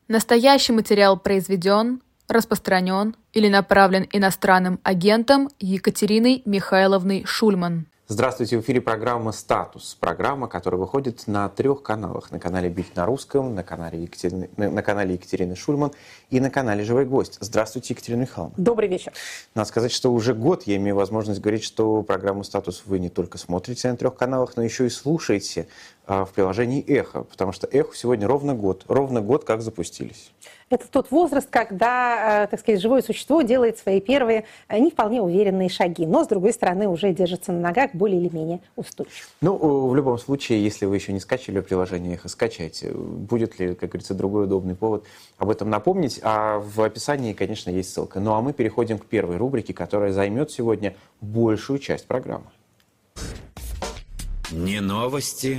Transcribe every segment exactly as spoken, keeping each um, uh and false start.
Настоящий материал произведен, распространен или направлен иностранным агентом Екатериной Михайловной Шульман. Здравствуйте, в эфире программа «Статус». Программа, которая выходит на трех каналах. На канале «Бит на русском», на канале, Екатерины, на канале Екатерины Шульман и на канале «Живой гость». Здравствуйте, Екатерина Михайловна. Добрый вечер. Надо сказать, что уже год я имею возможность говорить, что программу «Статус» вы не только смотрите на трех каналах, но еще и слушаете а, в приложении «Эхо», потому что «Эхо» сегодня ровно год. Ровно год как запустились. Это тот возраст, когда, так сказать, живое существо делает свои первые не вполне уверенные шаги, но, с другой стороны, уже держится на ногах более или менее устойчиво. Ну, в любом случае, если вы еще не скачали приложение «Эхо», скачайте. Будет ли, как говорится, другой удобный повод об этом напомнить. А в описании, конечно, есть ссылка. Ну, а мы переходим к первой рубрике, которая займет сегодня большую часть программы. Не новости,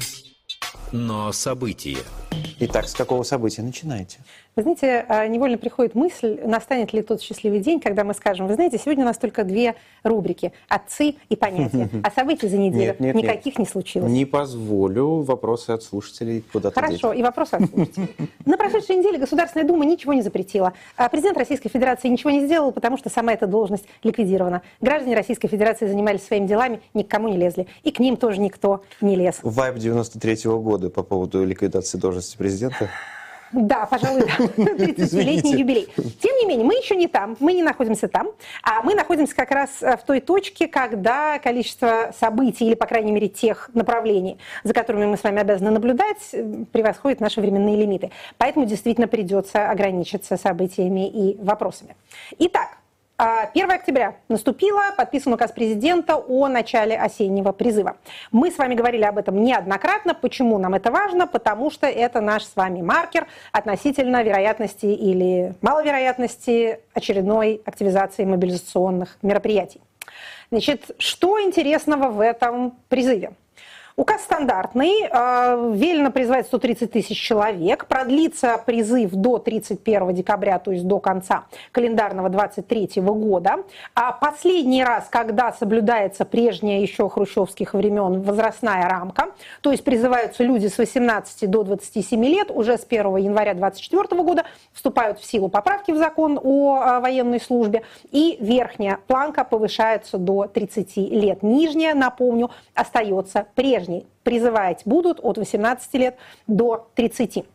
но события. Итак, с какого события начинаете? Вы знаете, невольно приходит мысль, настанет ли тот счастливый день, когда мы скажем, вы знаете, сегодня у нас только две рубрики – «Отцы» и «Понятия», а событий за неделю нет, нет, никаких нет. не случилось. Не позволю вопросы от слушателей куда-то Хорошо, деть. И вопросы от слушателей. На прошедшей неделе Государственная Дума ничего не запретила. Президент Российской Федерации ничего не сделал, потому что сама эта должность ликвидирована. Граждане Российской Федерации занимались своими делами, ни к кому не лезли. И к ним тоже никто не лез. Вайб девяносто третьего года по поводу ликвидации должности президента. Да, пожалуй, да. тридцатилетний юбилей. Тем не менее, мы еще не там, мы не находимся там, а мы находимся как раз в той точке, когда количество событий, или, по крайней мере, тех направлений, за которыми мы с вами обязаны наблюдать, превосходит наши временные лимиты. Поэтому действительно придется ограничиться событиями и вопросами. Итак, первого октября наступило, подписан указ президента о начале осеннего призыва. Мы с вами говорили об этом неоднократно. Почему нам это важно? Потому что это наш с вами маркер относительно вероятности или маловероятности очередной активизации мобилизационных мероприятий. Значит, что интересного в этом призыве? Указ стандартный, велено призвать сто тридцать тысяч человек, продлится призыв до тридцать первого декабря, то есть до конца календарного двадцать третьего года. А последний раз, когда соблюдается прежняя еще хрущевских времен возрастная рамка, то есть призываются люди с восемнадцати до двадцати семи лет, уже с первого января двадцать четвёртого года вступают в силу поправки в закон о военной службе, и верхняя планка повышается до тридцати лет. Нижняя, напомню, остается прежней. Призывать будут от восемнадцати лет до тридцати.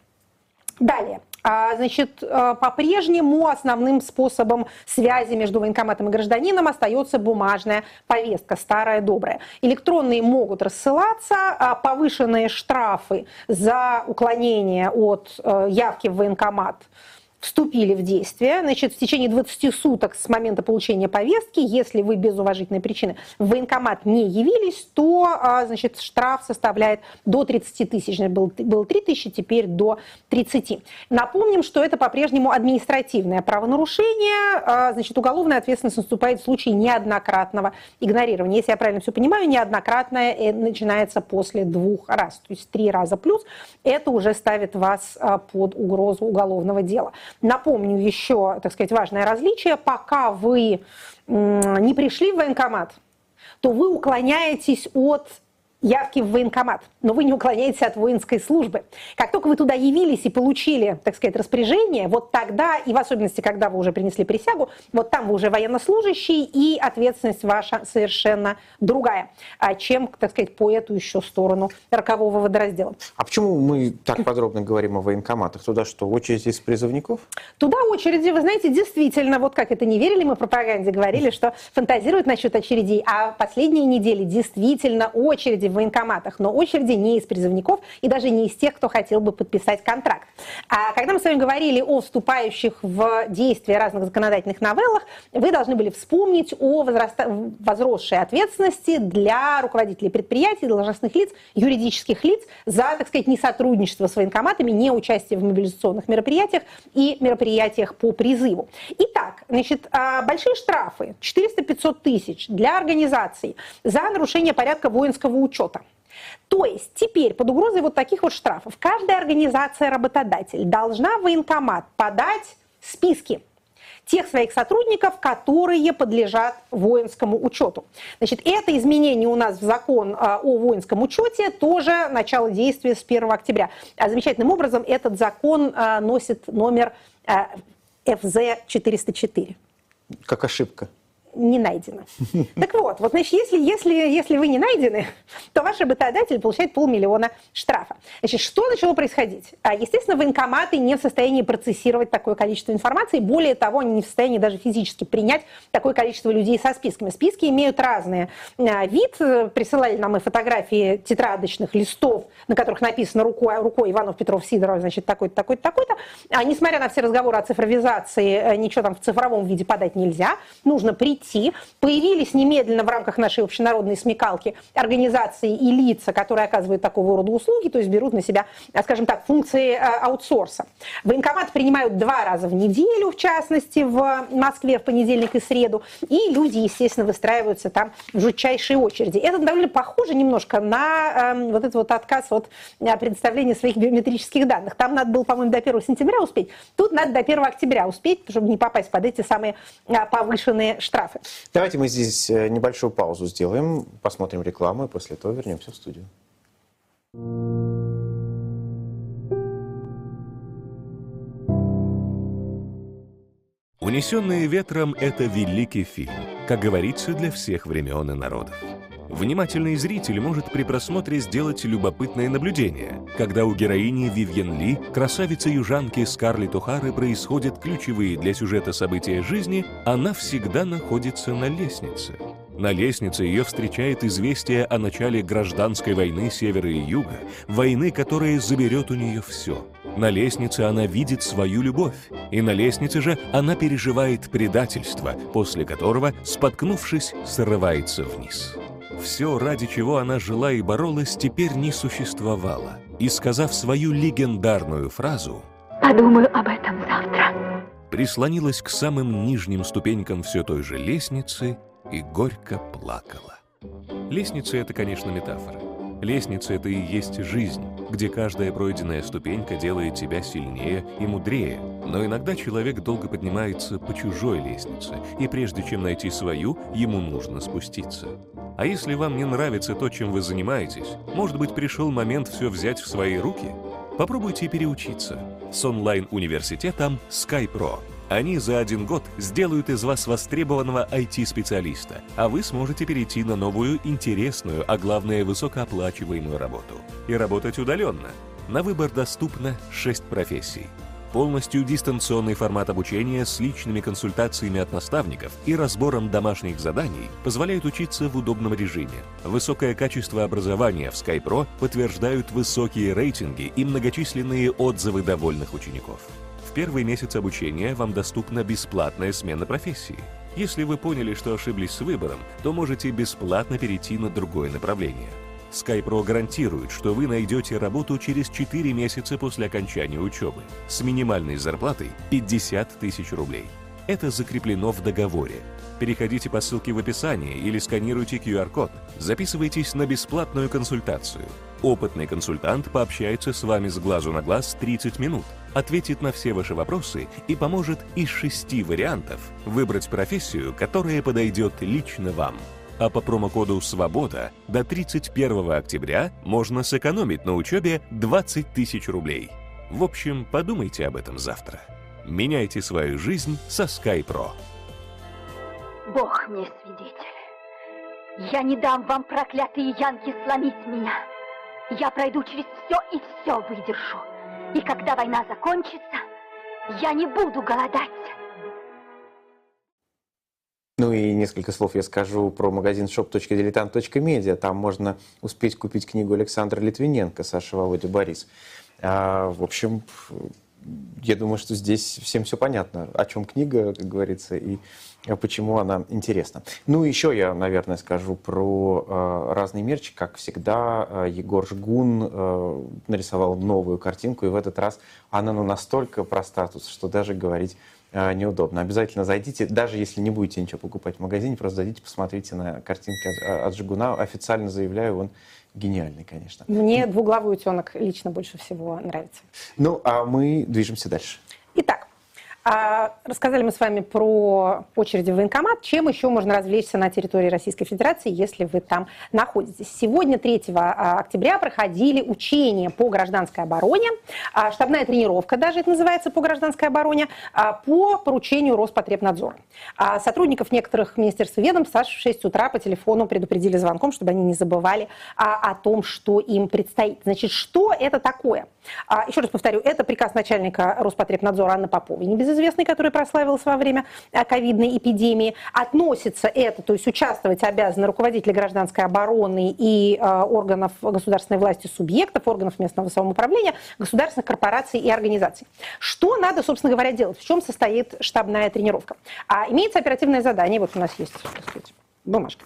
Далее. Значит, по-прежнему основным способом связи между военкоматом и гражданином остается бумажная повестка, старая добрая. Электронные могут рассылаться, повышенные штрафы за уклонение от явки в военкомат вступили в действие. Значит, в течение двадцати суток с момента получения повестки, если вы без уважительной причины в военкомат не явились, то, значит, штраф составляет до тридцати тысяч. Был, было три тысячи, теперь до тридцати. Напомним, что это по-прежнему административное правонарушение. Значит, уголовная ответственность наступает в случае неоднократного игнорирования. Если я правильно все понимаю, неоднократное начинается после двух раз. То есть три раза плюс. Это уже ставит вас под угрозу уголовного дела. Напомню еще, так сказать, важное различие. Пока вы не пришли в военкомат, то вы уклоняетесь от явки в военкомат, но вы не уклоняетесь от воинской службы. Как только вы туда явились и получили, так сказать, распоряжение, вот тогда, и в особенности, когда вы уже принесли присягу, вот там вы уже военнослужащий, и ответственность ваша совершенно другая, чем, так сказать, по эту еще сторону рокового водораздела. А почему мы так подробно говорим о военкоматах? Туда что, очередь из призывников? Туда очереди, вы знаете, действительно, вот как это не верили, мы в пропаганде говорили, что фантазируют насчет очередей, а последние недели действительно очереди в военкоматах, но очереди не из призывников и даже не из тех, кто хотел бы подписать контракт. А когда мы с вами говорили о вступающих в действие разных законодательных новеллах, вы должны были вспомнить о возраста... возросшей ответственности для руководителей предприятий, должностных лиц, юридических лиц за, так сказать, несотрудничество с военкоматами, не участие в мобилизационных мероприятиях и мероприятиях по призыву. Итак, значит, большие штрафы, четыреста-пятьсот тысяч для организаций за нарушение порядка воинского учета. То есть теперь под угрозой вот таких вот штрафов каждая организация-работодатель должна в военкомат подать списки тех своих сотрудников, которые подлежат воинскому учету. Значит, это изменение у нас в закон о воинском учете тоже начало действия с первого октября. А замечательным образом этот закон носит номер эф зэ четыреста четыре. Как ошибка. Не найдено. Так вот, вот значит, если, если, если вы не найдены, то ваш работодатель получает полмиллиона штрафа. Значит, что начало происходить? Естественно, военкоматы не в состоянии процессировать такое количество информации. Более того, они не в состоянии даже физически принять такое количество людей со списками. Списки имеют разный вид. Присылали нам и фотографии тетрадочных листов, на которых написано рукой, рукой Иванов, Петров, Сидоров, значит, такой-то, такой-то, такой-то. А несмотря на все разговоры о цифровизации, ничего там в цифровом виде подать нельзя. Нужно прийти. Появились немедленно в рамках нашей общенародной смекалки организации и лица, которые оказывают такого рода услуги, то есть берут на себя, скажем так, функции аутсорса. Военкоматы принимают два раза в неделю, в частности, в Москве в понедельник и среду, и люди, естественно, выстраиваются там в жутчайшие очереди. Это довольно похоже немножко на э, вот этот вот отказ от предоставления своих биометрических данных. Там надо было, по-моему, до первого сентября успеть, тут надо до первого октября успеть, чтобы не попасть под эти самые повышенные штрафы. Давайте мы здесь небольшую паузу сделаем, посмотрим рекламу и после этого вернемся в студию. «Унесенные ветром» — это великий фильм, как говорится, для всех времен и народов. Внимательный зритель может при просмотре сделать любопытное наблюдение, когда у героини Вивьен Ли, красавицы-южанки Скарлетт О'Хары, происходят ключевые для сюжета события жизни, она всегда находится на лестнице. На лестнице ее встречает известие о начале гражданской войны Севера и Юга, войны, которая заберет у нее все. На лестнице она видит свою любовь, и на лестнице же она переживает предательство, после которого, споткнувшись, срывается вниз. Все, ради чего она жила и боролась, теперь не существовало. И, сказав свою легендарную фразу «Подумаю об этом завтра», прислонилась к самым нижним ступенькам все той же лестницы и горько плакала. Лестница — это, конечно, метафора. Лестница — это и есть жизнь, где каждая пройденная ступенька делает тебя сильнее и мудрее. Но иногда человек долго поднимается по чужой лестнице, и прежде чем найти свою, ему нужно спуститься. А если вам не нравится то, чем вы занимаетесь, может быть, пришел момент все взять в свои руки? Попробуйте переучиться с онлайн-университетом SkyPro. Они за один год сделают из вас востребованного ай ти-специалиста, а вы сможете перейти на новую, интересную, а главное, высокооплачиваемую работу. И работать удаленно. На выбор доступно шесть профессий. Полностью дистанционный формат обучения с личными консультациями от наставников и разбором домашних заданий позволяет учиться в удобном режиме. Высокое качество образования в SkyPro подтверждают высокие рейтинги и многочисленные отзывы довольных учеников. В первый месяц обучения вам доступна бесплатная смена профессии. Если вы поняли, что ошиблись с выбором, то можете бесплатно перейти на другое направление. SkyPro гарантирует, что вы найдете работу через четыре месяца после окончания учебы с минимальной зарплатой пятьдесят тысяч рублей. Это закреплено в договоре. Переходите по ссылке в описании или сканируйте ку ар код. Записывайтесь на бесплатную консультацию. Опытный консультант пообщается с вами с глазу на глаз тридцать минут, ответит на все ваши вопросы и поможет из шести вариантов выбрать профессию, которая подойдет лично вам. А по промокоду «Свобода» до тридцать первого октября можно сэкономить на учебе двадцать тысяч рублей. В общем, подумайте об этом завтра. Меняйте свою жизнь со SkyPro. Бог мне свидетель. Я не дам вам, проклятые янки, сломить меня. Я пройду через все и все выдержу. И когда война закончится, я не буду голодать. Ну и несколько слов я скажу про магазин шоп точка дилетант точка медиа. Там можно успеть купить книгу Александра Литвиненко «Саша, Володя, Борис». А, в общем, я думаю, что здесь всем все понятно, о чем книга, как говорится, и почему она интересна. Ну, еще я, наверное, скажу про э, разные мерчи. Как всегда, э, Егор Жгун э, нарисовал новую картинку, и в этот раз она ну, настолько про статус, что даже говорить э, неудобно. Обязательно зайдите, даже если не будете ничего покупать в магазине, просто зайдите, посмотрите на картинки от, от Жгуна. Официально заявляю, он гениальный, конечно. Мне двуглавый утенок лично больше всего нравится. Ну, а мы движемся дальше. Итак, А, рассказали мы с вами про очереди в военкомат. Чем еще можно развлечься на территории Российской Федерации, если вы там находитесь? Сегодня, третьего октября, проходили учения по гражданской обороне. А, штабная тренировка, даже это называется, по гражданской обороне, а, по поручению Роспотребнадзора. А, сотрудников некоторых министерств и ведомств аж в шесть утра по телефону предупредили звонком, чтобы они не забывали а, о том, что им предстоит. Значит, что это такое? А, еще раз повторю, это приказ начальника Роспотребнадзора Анны Поповой, небезызвестной, которая прославилась во время ковидной эпидемии. Относится это, то есть участвовать обязаны руководители гражданской обороны и э, органов государственной власти субъектов, органов местного самоуправления, государственных корпораций и организаций. Что надо, собственно говоря, делать? В чем состоит штабная тренировка? А, имеется оперативное задание, вот у нас есть, так сказать, бумажка.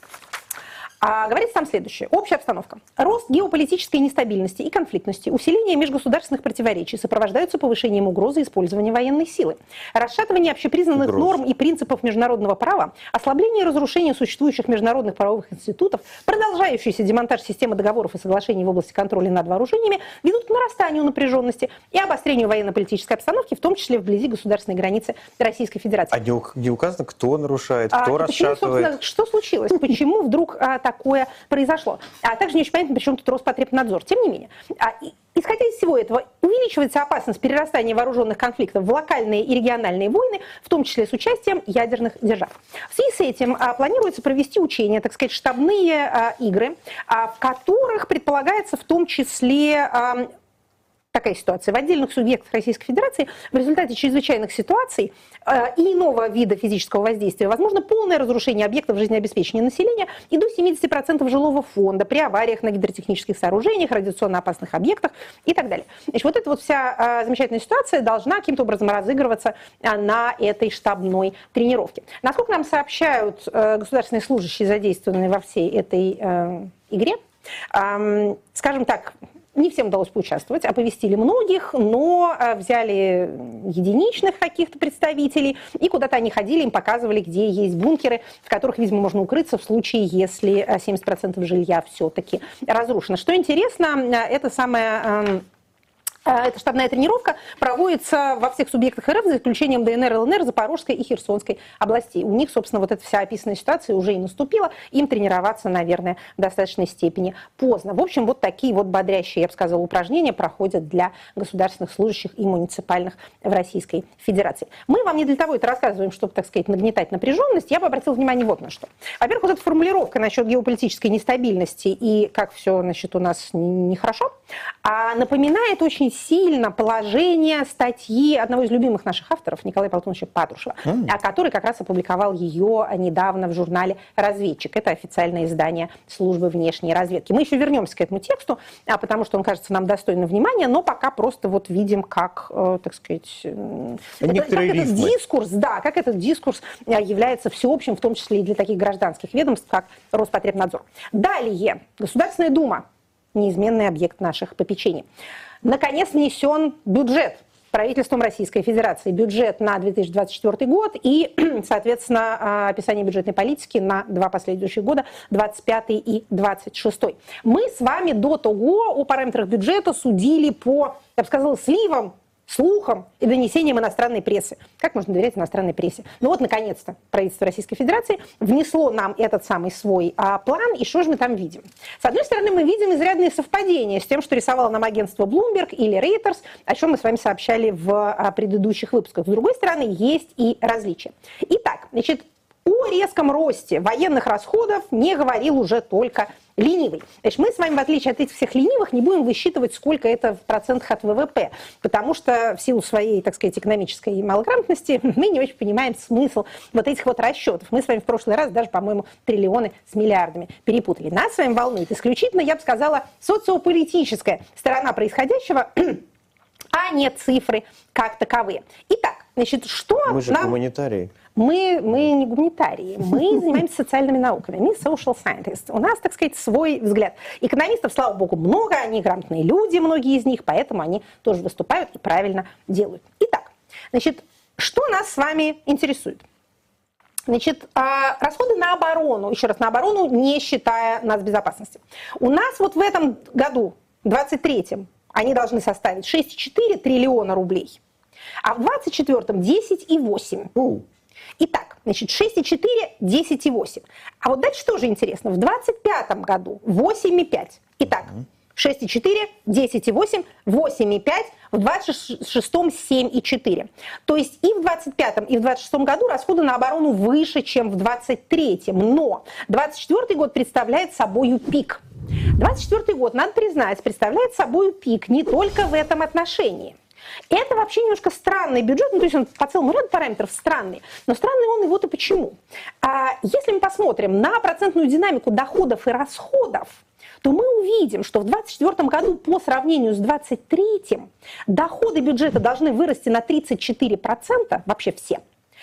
А, говорится там следующее. Общая обстановка. Рост геополитической нестабильности и конфликтности, усиление межгосударственных противоречий сопровождаются повышением угрозы использования военной силы. Расшатывание общепризнанных Угроз. норм и принципов международного права, ослабление и разрушение существующих международных правовых институтов, продолжающийся демонтаж системы договоров и соглашений в области контроля над вооружениями ведут к нарастанию напряженности и обострению военно-политической обстановки, в том числе вблизи государственной границы Российской Федерации. А не, не указано, кто нарушает, кто а, расшатывает? Почему, что случилось? Почему вдруг а, так такое произошло. А также не очень понятно, почему тут Роспотребнадзор. Тем не менее, исходя из всего этого, увеличивается опасность перерастания вооруженных конфликтов в локальные и региональные войны, в том числе с участием ядерных держав. В связи с этим а, планируется провести учения, так сказать, штабные а, игры, а, в которых предполагается в том числе... А, такая ситуация. В отдельных субъектах Российской Федерации в результате чрезвычайных ситуаций э, и иного вида физического воздействия возможно полное разрушение объектов жизнеобеспечения населения и до семидесяти процентов жилого фонда при авариях на гидротехнических сооружениях, радиационно опасных объектах и так далее. Значит, вот эта вот вся э, замечательная ситуация должна каким-то образом разыгрываться э, на этой штабной тренировке. Насколько нам сообщают э, государственные служащие, задействованные во всей этой э, игре, э, скажем так, не всем удалось поучаствовать, оповестили многих, но взяли единичных каких-то представителей, и куда-то они ходили, им показывали, где есть бункеры, в которых, видимо, можно укрыться в случае, если семьдесят процентов жилья все-таки разрушено. Что интересно, это самое... Эта штабная тренировка проводится во всех субъектах РФ, за исключением ДНР, ЛНР, Запорожской и Херсонской областей. У них, собственно, вот эта вся описанная ситуация уже и наступила. Им тренироваться, наверное, в достаточной степени поздно. В общем, вот такие вот бодрящие, я бы сказала, упражнения проходят для государственных служащих и муниципальных в Российской Федерации. Мы вам не для того это рассказываем, чтобы, так сказать, нагнетать напряженность. Я бы обратила внимание вот на что. Во-первых, вот эта формулировка насчет геополитической нестабильности и как все, значит, у нас нехорошо, а напоминает очень сильно положение статьи одного из любимых наших авторов, Николая Платоновича Патрушева, mm. который как раз опубликовал ее недавно в журнале «Разведчик». Это официальное издание службы внешней разведки. Мы еще вернемся к этому тексту, потому что он кажется нам достойным внимания, но пока просто вот видим, как, так сказать, это, как этот дискурс, да, как этот дискурс является всеобщим, в том числе и для таких гражданских ведомств, как Роспотребнадзор. Далее. Государственная Дума. Неизменный объект наших попечений. Наконец внесен бюджет правительством Российской Федерации. Бюджет на две тысячи двадцать четвёртый год и, соответственно, описание бюджетной политики на два последующих года, двадцать пятый и двадцать шестой. Мы с вами до того о параметрах бюджета судили по, я бы сказала, сливам, слухам и донесениям иностранной прессы. Как можно доверять иностранной прессе? Ну вот, наконец-то, правительство Российской Федерации внесло нам этот самый свой а, план, и что же мы там видим? С одной стороны, мы видим изрядные совпадения с тем, что рисовало нам агентство Bloomberg или Reuters, о чем мы с вами сообщали в а, предыдущих выпусках. С другой стороны, есть и различия. Итак, значит, о резком росте военных расходов не говорил уже только ленивый. Значит, мы с вами, в отличие от этих всех ленивых, не будем высчитывать, сколько это в процентах от ВВП, потому что в силу своей, так сказать, экономической малограмотности мы не очень понимаем смысл вот этих вот расчетов. Мы с вами в прошлый раз даже, по-моему, триллионы с миллиардами перепутали. Нас с вами волнует исключительно, я бы сказала, социополитическая сторона происходящего, а не цифры как таковые. Итак, значит, что мы же нам... гуманитарии. Мы, мы не гуманитарии, мы занимаемся социальными науками, мы social scientists. У нас, так сказать, свой взгляд. Экономистов, слава богу, много, они грамотные люди, многие из них, поэтому они тоже выступают и правильно делают. Итак, значит, что нас с вами интересует? Значит, расходы на оборону, еще раз, на оборону, не считая нацбезопасности. У нас вот в этом году, двадцать третьем, они должны составить шесть целых четыре триллиона рублей. А в двадцать четвёртом десять и восемь. Итак, значит, шесть и четыре, десять и восемь. А вот дальше тоже интересно. В двадцать пятом году восемь и пять. Итак, шесть и четыре, десять и восемь, восемь и пять, в двадцать шестом семь и четыре. То есть и в двадцать пятом, и в двадцать шестом году расходы на оборону выше, чем в двадцать третьем. Но двадцать четвёртый год представляет собой пик. двадцать четвёртый год, надо признать, представляет собой пик не только в этом отношении. Это вообще немножко странный бюджет, ну, то есть он по целому ряду параметров странный, но странный он и вот и почему. А если мы посмотрим на процентную динамику доходов и расходов, то мы увидим, что в двадцать четвёртом году по сравнению с двадцать третьим доходы бюджета должны вырасти на тридцать четыре процента, вообще все,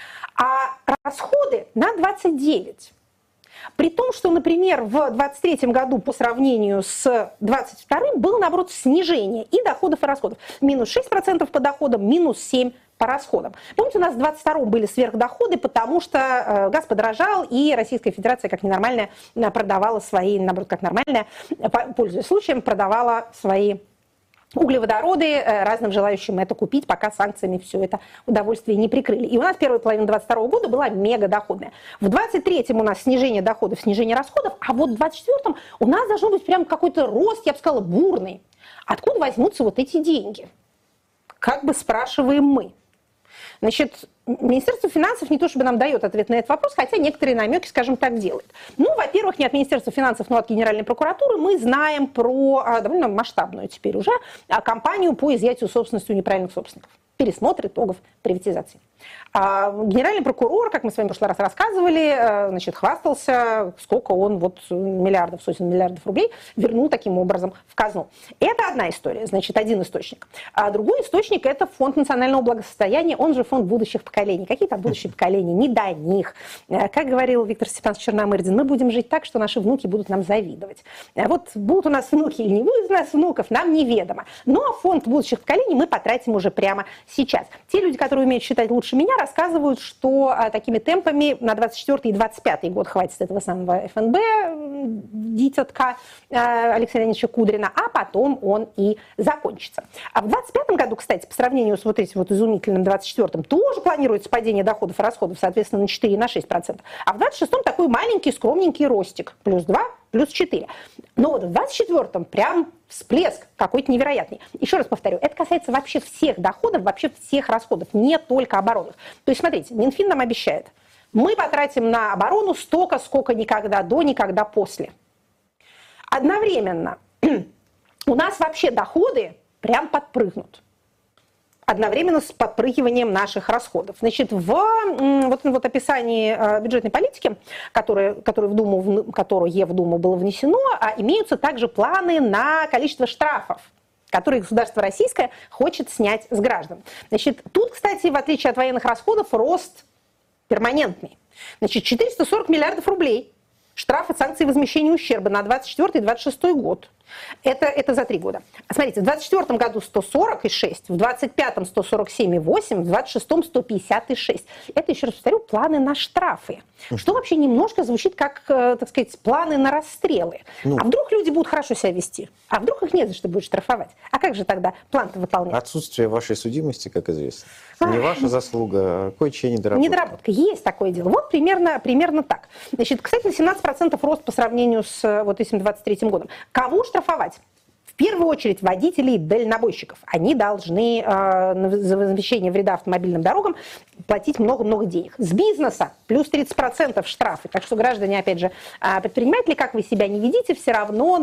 а расходы на двадцать девять процентов. При том, что, например, в двадцать третьем году по сравнению с двадцать вторым было, наоборот, снижение и доходов, и расходов. Минус шесть процентов по доходам, минус семь процентов по расходам. Помните, у нас в двадцать втором были сверхдоходы, потому что газ подорожал, и Российская Федерация, как ненормальная, продавала свои, наоборот, как нормальная, пользуясь случаем, продавала свои углеводороды разным желающим это купить, пока санкциями все это удовольствие не прикрыли. И у нас первая половина двадцать второго года была мега доходная. В двадцать третьем у нас снижение доходов, снижение расходов, а вот в двадцать четвёртом у нас должен быть прям какой-то рост, я бы сказала, бурный. Откуда возьмутся вот эти деньги? Как бы спрашиваем мы. Значит, Министерство финансов не то чтобы нам дает ответ на этот вопрос, хотя некоторые намеки, скажем так, делает. Ну, во-первых, не от Министерства финансов, но от Генеральной прокуратуры мы знаем про а, довольно масштабную теперь уже а, кампанию по изъятию собственности у неправильных собственников. Пересмотр итогов приватизации. А генеральный прокурор, как мы с вами в прошлый раз рассказывали, значит, хвастался, сколько он вот миллиардов, сотен миллиардов рублей вернул таким образом в казну. Это одна история, значит, один источник. А другой источник – это фонд национального благосостояния, он же фонд будущих поколений. Какие там будущие поколения? Не до них. Как говорил Виктор Степанович Черномырдин, мы будем жить так, что наши внуки будут нам завидовать. Вот будут у нас внуки или не будут у нас внуков, нам неведомо. Но фонд будущих поколений мы потратим уже прямо сейчас. Те люди, которые умеют считать лучше меня, рассказывают, что а, такими темпами на двадцать четвёртый и двадцать пятый год хватит этого самого эф эн бэ, дитятка а, Алексея Леонидовича Кудрина, а потом он и закончится. А в двадцать пятом году, кстати, по сравнению с вот этим вот изумительным двадцать четвёртым, тоже планируется падение доходов и расходов, соответственно, на четыре и на шесть процентов. А в двадцать шестом такой маленький, скромненький ростик, плюс два, плюс четыре. Но вот в двадцать четвёртом прям всплеск какой-то невероятный. Еще раз повторю, это касается вообще всех доходов, вообще всех расходов, не только оборонных. То есть, смотрите, Минфин нам обещает, мы потратим на оборону столько, сколько никогда до, никогда после. Одновременно у нас вообще доходы прям подпрыгнут. Одновременно с подпрыгиванием наших расходов. Значит, в вот, вот описании бюджетной политики, которое, которое в Думу, которое в Думу было внесено, имеются также планы на количество штрафов, которые государство российское хочет снять с граждан. Значит, тут, кстати, в отличие от военных расходов, рост перманентный. Значит, четыреста сорок миллиардов рублей штрафы, санкции, возмещения ущерба на двадцать четвёртый и двадцать шестой год. Это, это за три года. Смотрите, в двадцать четвёртом году сто сорок и шесть, в двадцать пятом сто сорок семь и восемь, в двадцать шестом сто пятьдесят и шесть. Это, еще раз повторю, планы на штрафы. Что вообще немножко звучит как, так сказать, планы на расстрелы. Ну, а вдруг люди будут хорошо себя вести? А вдруг их не за что будет штрафовать? А как же тогда план-то выполнять? Отсутствие вашей судимости, как известно. Не ваша заслуга, а кое-чья недоработка. Недоработка. Есть такое дело. Вот примерно, примерно так. Значит, кстати, на семнадцать процентов рост по сравнению с вот этим двадцать третьим годом. Кого штрафовать? В первую очередь водителей и дальнобойщиков. Они должны э, за возмещение вреда автомобильным дорогам платить много-много денег. С бизнеса плюс тридцать процентов штрафы. Так что, граждане, опять же, предприниматели, как вы себя не ведите, все равно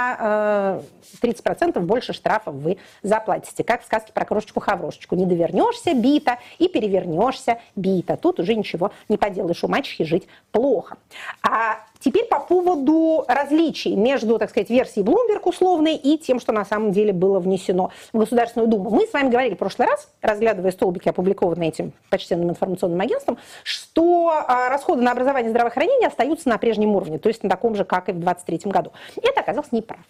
на э, тридцать процентов больше штрафов вы заплатите. Как в сказке про крошечку-хаврошечку. Не довернешься, бита, и перевернешься, бита. Тут уже ничего не поделаешь. У мачехи жить плохо. А теперь по поводу различий между, так сказать, версией Bloomberg условной и тем, что на самом деле было внесено в Государственную Думу. Мы с вами говорили в прошлый раз, разглядывая столбики, опубликованные этим почтенным информационным агентством, что расходы на образование и здравоохранение остаются на прежнем уровне, то есть на таком же, как и в двадцать третьем году. Это оказалось неправдой.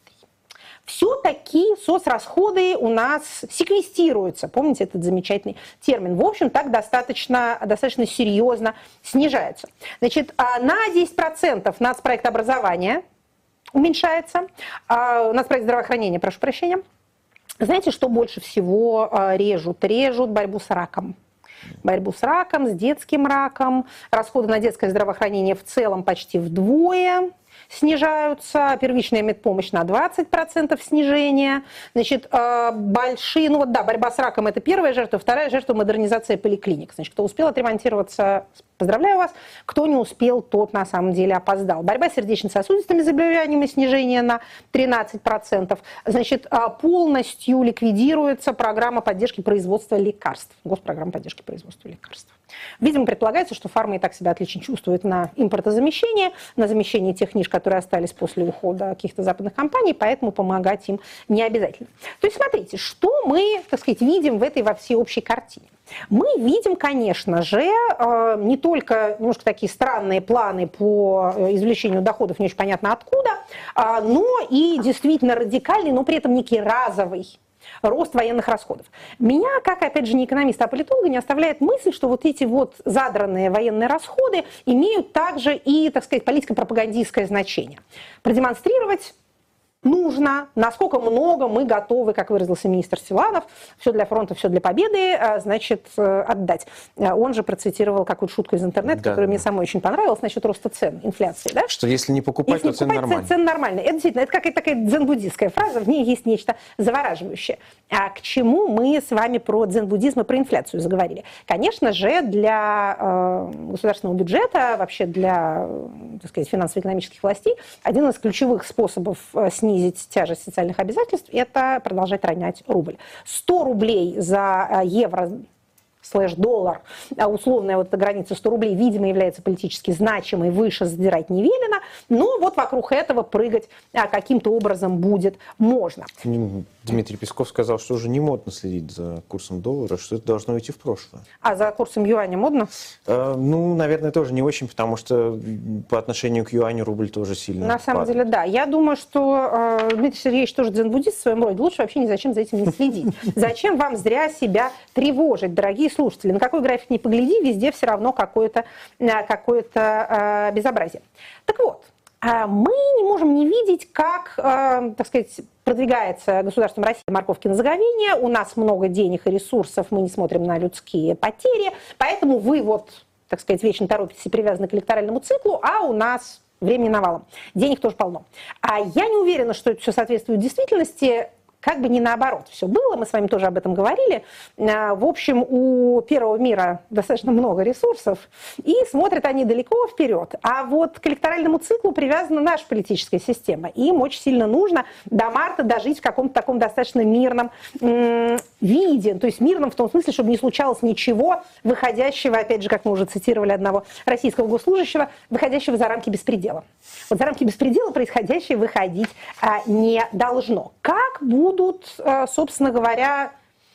Все-таки соцрасходы у нас секвестируются. Помните этот замечательный термин? В общем, так достаточно, достаточно серьезно снижаются. Значит, на десять процентов нацпроект образования уменьшается, нацпроект здравоохранения, прошу прощения, Знаете, что больше всего режут? Режут борьбу с раком. Борьбу с раком, с детским раком. Расходы на детское здравоохранение в целом почти вдвое снижаются, первичная медпомощь на двадцать процентов снижения. Значит, большие, ну вот да, борьба с раком – это первая жертва, вторая жертва – модернизация поликлиник. Значит, кто успел отремонтироваться, поздравляю вас, кто не успел, тот на самом деле опоздал. Борьба с сердечно-сосудистыми заболеваниями, снижение на тринадцать процентов. Значит, полностью ликвидируется программа поддержки производства лекарств, госпрограмма поддержки производства лекарств. Видимо, предполагается, что фарма и так себя отлично чувствует на импортозамещение, на замещение тех ниш, которые остались после ухода каких-то западных компаний, поэтому помогать им не обязательно. То есть, смотрите, что мы, так сказать, видим в этой во всеобщей картине. Мы видим, конечно же, не только немножко такие странные планы по извлечению доходов, не очень понятно откуда, но и действительно радикальный, но при этом некий разовый рост военных расходов. Меня, как, опять же, не экономиста, а политолога, не оставляет мысль, что вот эти вот задранные военные расходы имеют также и, так сказать, политико-пропагандистское значение. Продемонстрировать нужно, насколько много мы готовы, как выразился министр Силанов, все для фронта, все для победы, значит, отдать. Он же процитировал какую-то шутку из интернета, да, которая да. мне самой очень понравилась, насчет роста цен, инфляции. Да? Что если не покупать, если то цены нормальные. Цены нормальные. Это действительно, это какая-то такая дзен-буддистская фраза, в ней есть нечто завораживающее. А к чему мы с вами про дзен-буддизм и про инфляцию заговорили? Конечно же, для э, государственного бюджета, вообще для, так сказать, финансово-экономических властей, один из ключевых способов снизить снизить тяжесть социальных обязательств, это продолжать ронять рубль. сто рублей за евро слэш доллар, условная вот эта граница сто рублей, видимо, является политически значимой, выше задирать не велено, но вот вокруг этого прыгать каким-то образом будет можно. Дмитрий Песков сказал, что уже не модно следить за курсом доллара, что это должно уйти в прошлое. А за курсом юаня модно? Э, ну, наверное, тоже не очень, потому что по отношению к юаню рубль тоже сильно На самом падает. деле, да. Я думаю, что э, Дмитрий Сергеевич тоже дзен-буддист в своем роде. Лучше вообще ни зачем за этим не следить. Зачем вам зря себя тревожить, дорогие слушатели? На какой график не погляди, везде все равно какое-то, какое-то э, безобразие. Так вот, мы не можем не видеть, как, э, так сказать, продвигается государством России морковки на заговение. У нас много денег и ресурсов, мы не смотрим на людские потери, поэтому вы вот, так сказать, вечно торопитесь и привязаны к электоральному циклу, а у нас времени навалом. Денег тоже полно. А я не уверена, что это все соответствует действительности. Как бы не наоборот все было, мы с вами тоже об этом говорили. В общем, у первого мира достаточно много ресурсов, и смотрят они далеко вперед. А вот к электоральному циклу привязана наша политическая система. Им очень сильно нужно до марта дожить в каком-то таком достаточно мирном м- виде. То есть мирном в том смысле, чтобы не случалось ничего выходящего, опять же, как мы уже цитировали одного российского госслужащего, выходящего за рамки беспредела. Вот за рамки беспредела происходящее выходить а, не должно. Как будет будут, собственно говоря,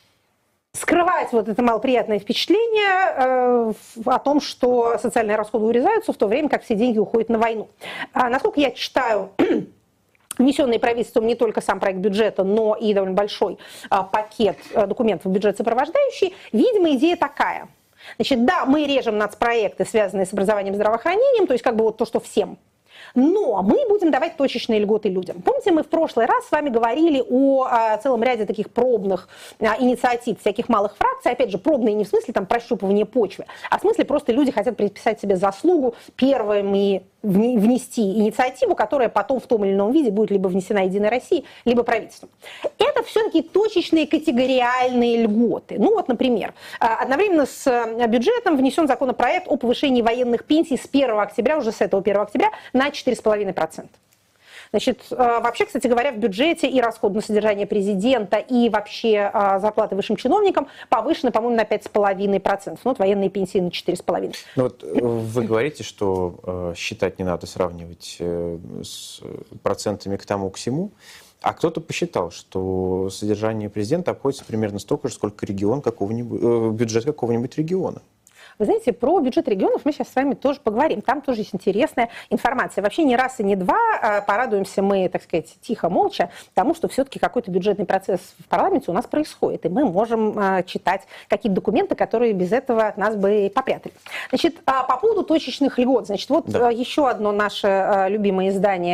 скрывать вот это малоприятное впечатление о том, что социальные расходы урезаются, в то время как все деньги уходят на войну. Насколько я читаю внесенный правительством не только сам проект бюджета, но и довольно большой пакет документов, бюджет сопровождающий, видимо, идея такая. Значит, да, мы режем нацпроекты, связанные с образованием и здравоохранением, то есть как бы вот то, что всем. Но мы будем давать точечные льготы людям. Помните, мы в прошлый раз с вами говорили о, о целом ряде таких пробных а, инициатив, всяких малых фракций. Опять же, пробные не в смысле там прощупывания почвы, а в смысле просто люди хотят приписать себе заслугу первыми внести инициативу, которая потом в том или ином виде будет либо внесена Единой Россией, либо правительством. Это все-таки точечные категориальные льготы. Ну вот, например, одновременно с бюджетом внесен законопроект о повышении военных пенсий с первого октября, уже с этого первого октября, на четыре целых пять десятых процента. Значит, вообще, кстати говоря, в бюджете и расход на содержание президента, и вообще зарплаты высшим чиновникам повышены, по-моему, на пять целых пять десятых процента. Ну, вот военные пенсии на четыре целых пять десятых процента. Ну, вот вы говорите, что э, считать не надо, сравнивать э, с процентами к тому, к сему. А кто-то посчитал, что содержание президента обходится примерно столько же, сколько регион какого-нибудь, э, бюджет какого-нибудь региона. Вы знаете, про бюджет регионов мы сейчас с вами тоже поговорим. Там тоже есть интересная информация. Вообще ни раз и не два порадуемся мы, так сказать, тихо, молча, тому, что все-таки какой-то бюджетный процесс в парламенте у нас происходит. И мы можем читать какие-то документы, которые без этого от нас бы попрятали. Значит, по поводу точечных льгот. Значит, вот да. еще одно наше любимое издание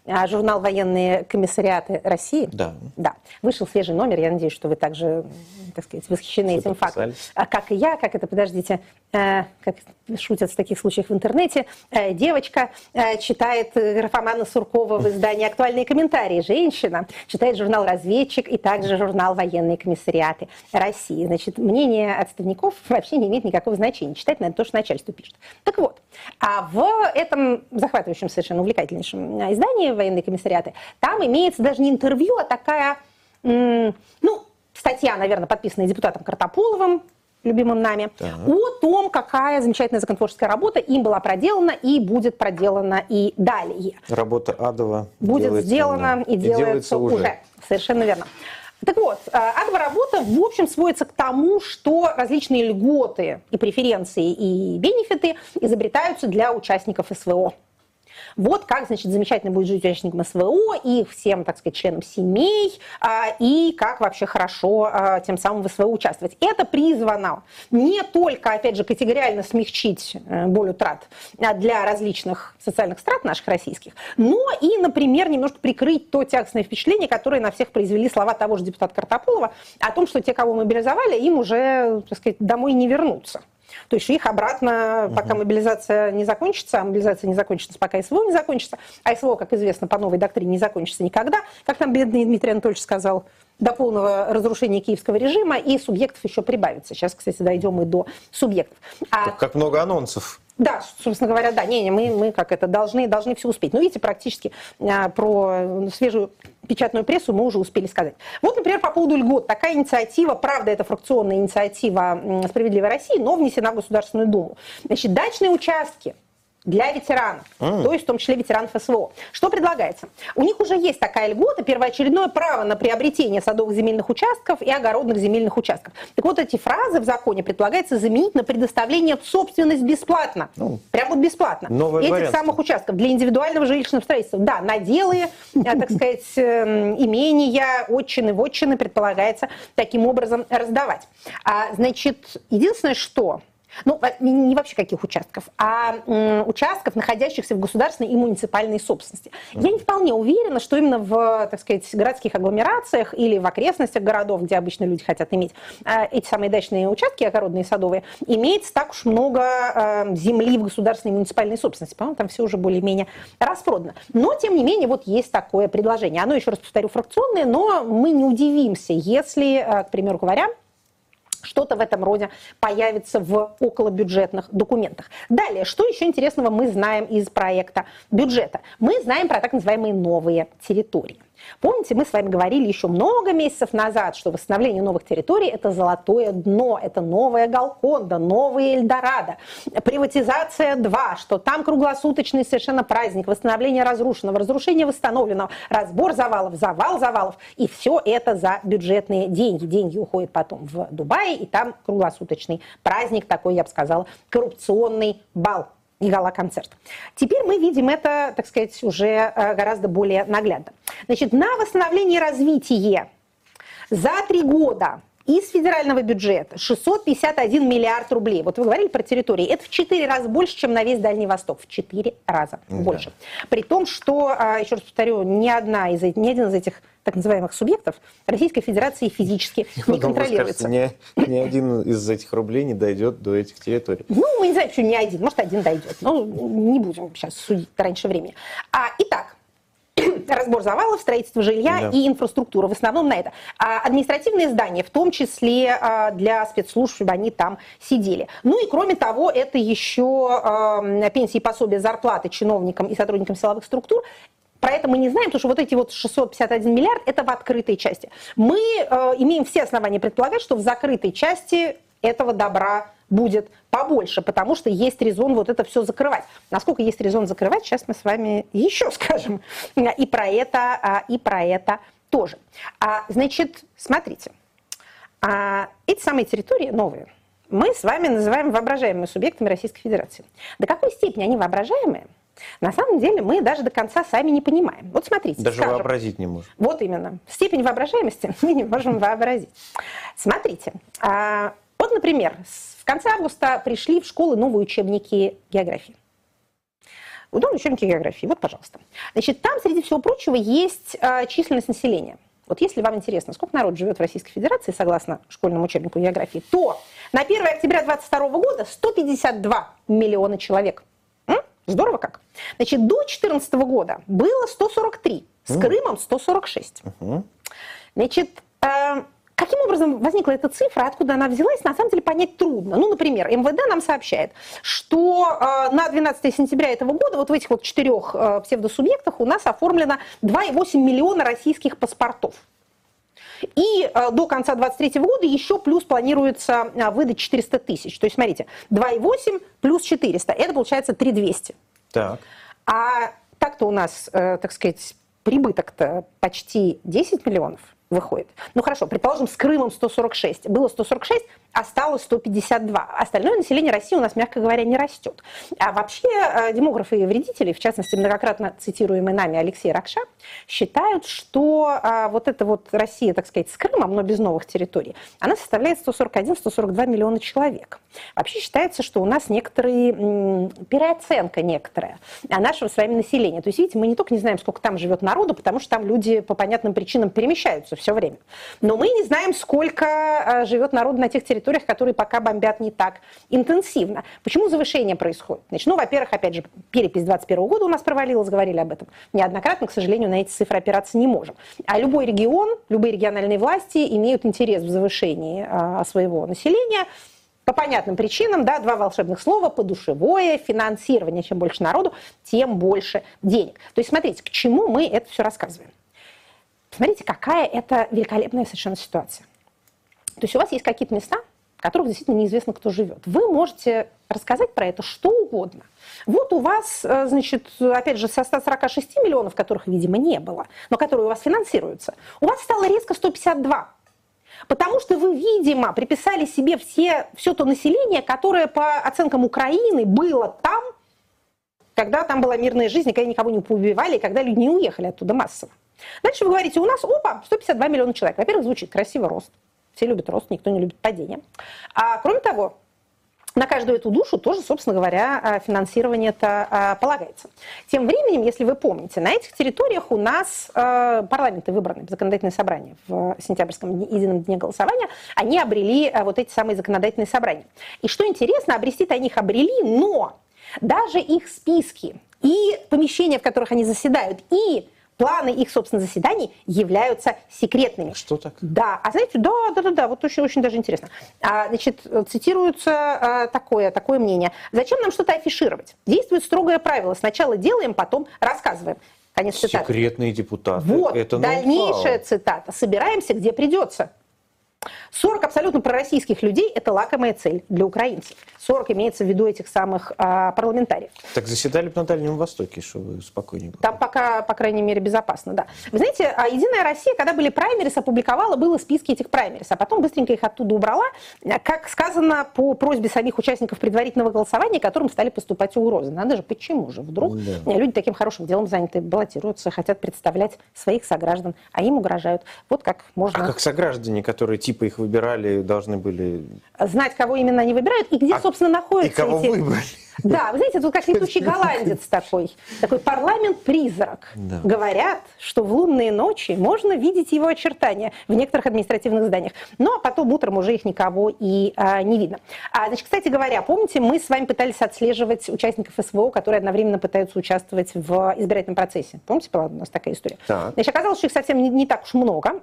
журнал «Военные комиссариаты России». Да. Да. Вышел свежий номер, я надеюсь, что вы также, так сказать, восхищены Все этим фактом. А как и я, как это, подождите, э, как шутят в таких случаях в интернете, э, девочка э, читает графомана Суркова в издании «Актуальные комментарии», женщина читает журнал «Разведчик» и также журнал «Военные комиссариаты России». Значит, мнение отставников вообще не имеет никакого значения. Читать надо то, что начальство пишет. Так вот, а в этом захватывающем, совершенно увлекательнейшем издании «Военные комиссариаты» там имеется даже не интервью, а такая, м- ну, статья, наверное, подписанная депутатом Картополовым, любимым нами, так. о том, какая замечательная законотворческая работа им была проделана и будет проделана и далее. Работа адова будет сделана и, и делается, делается уже. уже. Совершенно верно. Так вот, адова работа, в общем, сводится к тому, что различные льготы и преференции и бенефиты изобретаются для участников СВО. Вот как, значит, замечательно будет жить участникам СВО и всем, так сказать, членам семей, и как вообще хорошо тем самым в СВО участвовать. Это призвано не только, опять же, категориально смягчить боль утрат для различных социальных страт наших российских, но и, например, немножко прикрыть то тягостное впечатление, которое на всех произвели слова того же депутата Картополова о том, что те, кого мобилизовали, им уже, так сказать, домой не вернуться. То есть их обратно, пока мобилизация не закончится, а мобилизация не закончится, пока СВО не закончится, а СВО, как известно, по новой доктрине не закончится никогда, как там бедный Дмитрий Анатольевич сказал, до полного разрушения киевского режима, и субъектов еще прибавится. Сейчас, кстати, дойдем и до субъектов. А... Как много анонсов. Да, собственно говоря, да, не, не, мы, мы как это должны, должны все успеть. Но видите, практически а, про свежую печатную прессу мы уже успели сказать. Вот, например, по поводу льгот. Такая инициатива, правда, это фракционная инициатива «Справедливой России», но внесена в Государственную Думу. Значит, дачные участки для ветеранов, mm. то есть в том числе ветеранов СВО. Что предлагается? У них уже есть такая льгота, первоочередное право на приобретение садовых земельных участков и огородных земельных участков. Так вот, эти фразы в законе предлагается заменить на предоставление в собственность бесплатно. Mm. Прям вот бесплатно. Новое Этих дворянство. Самых участков для индивидуального жилищного строительства. Да, наделы, так сказать, имения, отчины, вотчины предполагается таким образом раздавать. Значит, единственное, что... Ну, не вообще каких участков, а м, участков, находящихся в государственной и муниципальной собственности. Я не вполне уверена, что именно в, так сказать, городских агломерациях или в окрестностях городов, где обычно люди хотят иметь э, эти самые дачные участки, огородные, садовые, имеется так уж много э, земли в государственной и муниципальной собственности. По-моему, там все уже более-менее распродано. Но, тем не менее, вот есть такое предложение. Оно, еще раз повторю, фракционное, но мы не удивимся, если, э, к примеру говоря, что-то в этом роде появится в околобюджетных документах. Далее, что еще интересного мы знаем из проекта бюджета? Мы знаем про так называемые новые территории. Помните, мы с вами говорили еще много месяцев назад, что восстановление новых территорий – это золотое дно, это новая Голконда, новый Эльдорадо, приватизация два, что там круглосуточный совершенно праздник, восстановление разрушенного, разрушение восстановленного, разбор завалов, завал завалов, и все это за бюджетные деньги. Деньги уходят потом в Дубай, и там круглосуточный праздник, такой, я бы сказала, коррупционный бал. И гала-концерт. Теперь мы видим это, так сказать, уже гораздо более наглядно. Значит, на восстановление и развитие за три года из федерального бюджета шестьсот пятьдесят один миллиард рублей. Вот вы говорили про территории. Это в четыре раза больше, чем на весь Дальний Восток. В четыре раза да. больше. При том, что, еще раз повторю, ни, одна из, ни один из этих так называемых субъектов Российской Федерации физически не контролируется. Кажется, ни, ни один из этих рублей не дойдет до этих территорий. Ну, мы не знаем, почему ни один. Может, один дойдет. Но не будем сейчас судить раньше времени. А, итак, разбор завалов, строительство жилья да. и инфраструктура. В основном на это. А административные здания, в том числе а, для спецслужб, чтобы они там сидели. Ну и кроме того, это еще а, пенсии, пособия, зарплаты чиновникам и сотрудникам силовых структур. Про это мы не знаем, потому что вот эти вот шестьсот пятьдесят один миллиард – это в открытой части. Мы э, имеем все основания предполагать, что в закрытой части этого добра будет побольше, потому что есть резон вот это все закрывать. Насколько есть резон закрывать, сейчас мы с вами еще скажем. И про это, и про это тоже. Значит, смотрите, эти самые территории новые мы с вами называем воображаемыми субъектами Российской Федерации. До какой степени они воображаемые? На самом деле мы даже до конца сами не понимаем. Вот смотрите. Даже скажем, вообразить не можем. Вот именно. Степень воображаемости мы не можем вообразить. Смотрите. Вот, например, в конце августа пришли в школы новые учебники географии. Удобный учебник географии. Вот, пожалуйста. Значит, там, среди всего прочего, есть э, численность населения. Вот если вам интересно, сколько народ живет в Российской Федерации, согласно школьному учебнику географии, то на первое октября две тысячи двадцать второго года сто пятьдесят два миллиона человек. М? Здорово как. Значит, до две тысячи четырнадцатого года было сто сорок три, с Крымом сто сорок шесть. Угу. Значит, э, каким образом возникла эта цифра, откуда она взялась, на самом деле понять трудно. Ну, например, эм вэ дэ нам сообщает, что э, на двенадцатое сентября этого года вот в этих вот четырех э, псевдосубъектах у нас оформлено два и восемь миллиона российских паспортов. И э, до конца двадцать третьего года еще плюс планируется э, выдать четыреста тысяч. То есть, смотрите, два и восемь плюс четыреста, это получается три тысячи двести. Так. А так-то у нас, э, так сказать, прибыток-то почти десять миллионов выходит. Ну хорошо, предположим, с Крымом сто сорок шесть. Было сто сорок шесть, а стало сто пятьдесят два. Остальное население России у нас, мягко говоря, не растет. А вообще демографы и вредители, в частности, многократно цитируемый нами Алексей Ракша, считают, что а, вот эта вот Россия, так сказать, с Крымом, но без новых территорий, она составляет сто сорок один - сто сорок два миллиона человек. Вообще считается, что у нас некоторые, м, переоценка некоторая нашего с вами населения. То есть, видите, мы не только не знаем, сколько там живет народу, потому что там люди по понятным причинам перемещаются все время. Но мы не знаем, сколько а, живет народу на тех территориях, которые пока бомбят не так интенсивно. Почему завышение происходит? Значит, ну, во-первых, опять же, перепись двадцать первого года у нас провалилась, говорили об этом неоднократно, к сожалению, на эти цифры опираться не можем. А любой регион, любые региональные власти имеют интерес в завышении а, своего населения. По понятным причинам, да, два волшебных слова: подушевое, финансирование. Чем больше народу, тем больше денег. То есть, смотрите, к чему мы это все рассказываем. Смотрите, какая это великолепная совершенно ситуация. То есть у вас есть какие-то места, в которых действительно неизвестно, кто живет. Вы можете рассказать про это что угодно. Вот у вас, значит, опять же, со ста сорока шести миллионов, которых, видимо, не было, но которые у вас финансируются, у вас стало резко сто пятьдесят два. Потому что вы, видимо, приписали себе все, все то население, которое, по оценкам Украины, было там, когда там была мирная жизнь, когда никого не поубивали, и когда люди не уехали оттуда массово. Дальше вы говорите, у нас, опа, сто пятьдесят два миллиона человек. Во-первых, звучит красиво рост. Все любят рост, никто не любит падение. А кроме того, на каждую эту душу тоже, собственно говоря, финансирование-то полагается. Тем временем, если вы помните, на этих территориях у нас парламенты выбраны, законодательные собрания в сентябрьском едином дне голосования, они обрели вот эти самые законодательные собрания. И что интересно, обрести-то они их обрели, но даже их списки и помещения, в которых они заседают, и планы их, собственно, заседаний являются секретными. Что так? Да, а знаете, да, да, да, да, вот очень, очень даже интересно. А, значит, цитируется а, такое, такое мнение. Зачем нам что-то афишировать? Действует строгое правило. Сначала делаем, потом рассказываем. Конец цитаты. Секретные депутаты. Вот, это дальнейшая цитата. Собираемся, где придется. сорок абсолютно пророссийских людей – это лакомая цель для украинцев. сорок имеется в виду этих самых а, парламентариев. Так заседали бы на Дальнем Востоке, чтобы спокойнее было. Там пока, по крайней мере, безопасно, да. Вы знаете, «Единая Россия», когда были праймерис, опубликовала было списки этих праймерис, а потом быстренько их оттуда убрала, как сказано, по просьбе самих участников предварительного голосования, которым стали поступать угрозы. Надо же, почему же вдруг да. люди таким хорошим делом заняты, баллотируются, хотят представлять своих сограждан, а им угрожают. Вот как можно... А как сограждане, которые типа их выбирали, должны были... Знать, кого именно они выбирают и где, а собственно, находятся и кого эти... выбрали. Да, вы знаете, тут как летучий голландец такой, такой парламент-призрак. Да. Говорят, что в лунные ночи можно видеть его очертания в некоторых административных зданиях. Ну, а потом утром уже их никого и а, не видно. А, значит, кстати говоря, помните, мы с вами пытались отслеживать участников эс вэ о, которые одновременно пытаются участвовать в избирательном процессе. Помните, была у нас такая история? Так. Значит, оказалось, что их совсем не, не так уж много.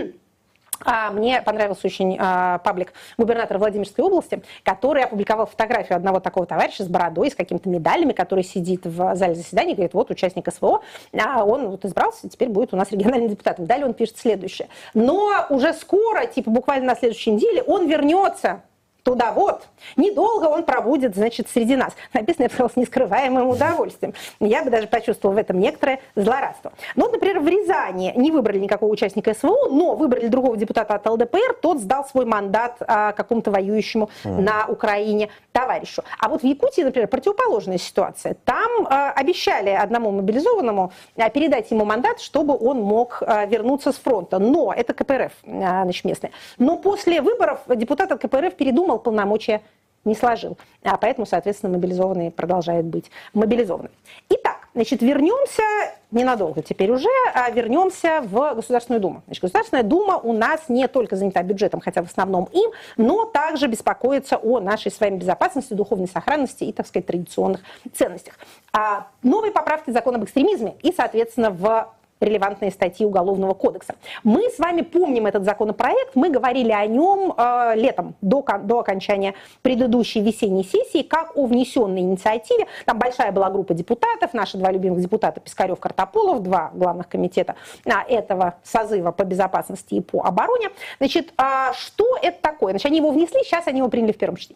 А мне понравился очень а, паблик губернатора Владимирской области, который опубликовал фотографию одного такого товарища с бородой, с какими-то медалями, который сидит в зале заседания и говорит, вот участник эс вэ о, а он вот избрался, теперь будет у нас региональным депутатом. Далее он пишет следующее. Но уже скоро, типа буквально на следующей неделе, он вернется туда вот. Недолго он пробудет, значит, среди нас. Написано, это с нескрываемым удовольствием. Я бы даже почувствовала в этом некоторое злорадство. Ну, вот, например, в Рязани не выбрали никакого участника эс вэ о, но выбрали другого депутата от эл дэ пэ эр, тот сдал свой мандат а, какому-то воюющему mm. на Украине товарищу. А вот в Якутии, например, противоположная ситуация. Там а, обещали одному мобилизованному а, передать ему мандат, чтобы он мог а, вернуться с фронта. Но это ка пэ эр эф, а, значит, местное. Но после выборов депутат от ка пэ эр эф передумал, полномочия не сложил. А поэтому, соответственно, мобилизованный продолжает быть мобилизованным. Итак, значит, вернемся ненадолго теперь уже, а вернемся в Государственную Думу. Значит, Государственная Дума у нас не только занята бюджетом, хотя в основном им, но также беспокоится о нашей с вами безопасности, духовной сохранности и, так сказать, традиционных ценностях. А новые поправки в закон об экстремизме и, соответственно, в релевантные статьи Уголовного кодекса. Мы с вами помним этот законопроект, мы говорили о нем э, летом, до, до окончания предыдущей весенней сессии, как о внесенной инициативе. Там большая была группа депутатов, наши два любимых депутата Пискарев, Картополов, два главных комитета а, этого созыва по безопасности и по обороне. Значит, а, что это такое? Значит, они его внесли, сейчас они его приняли в первом чтении.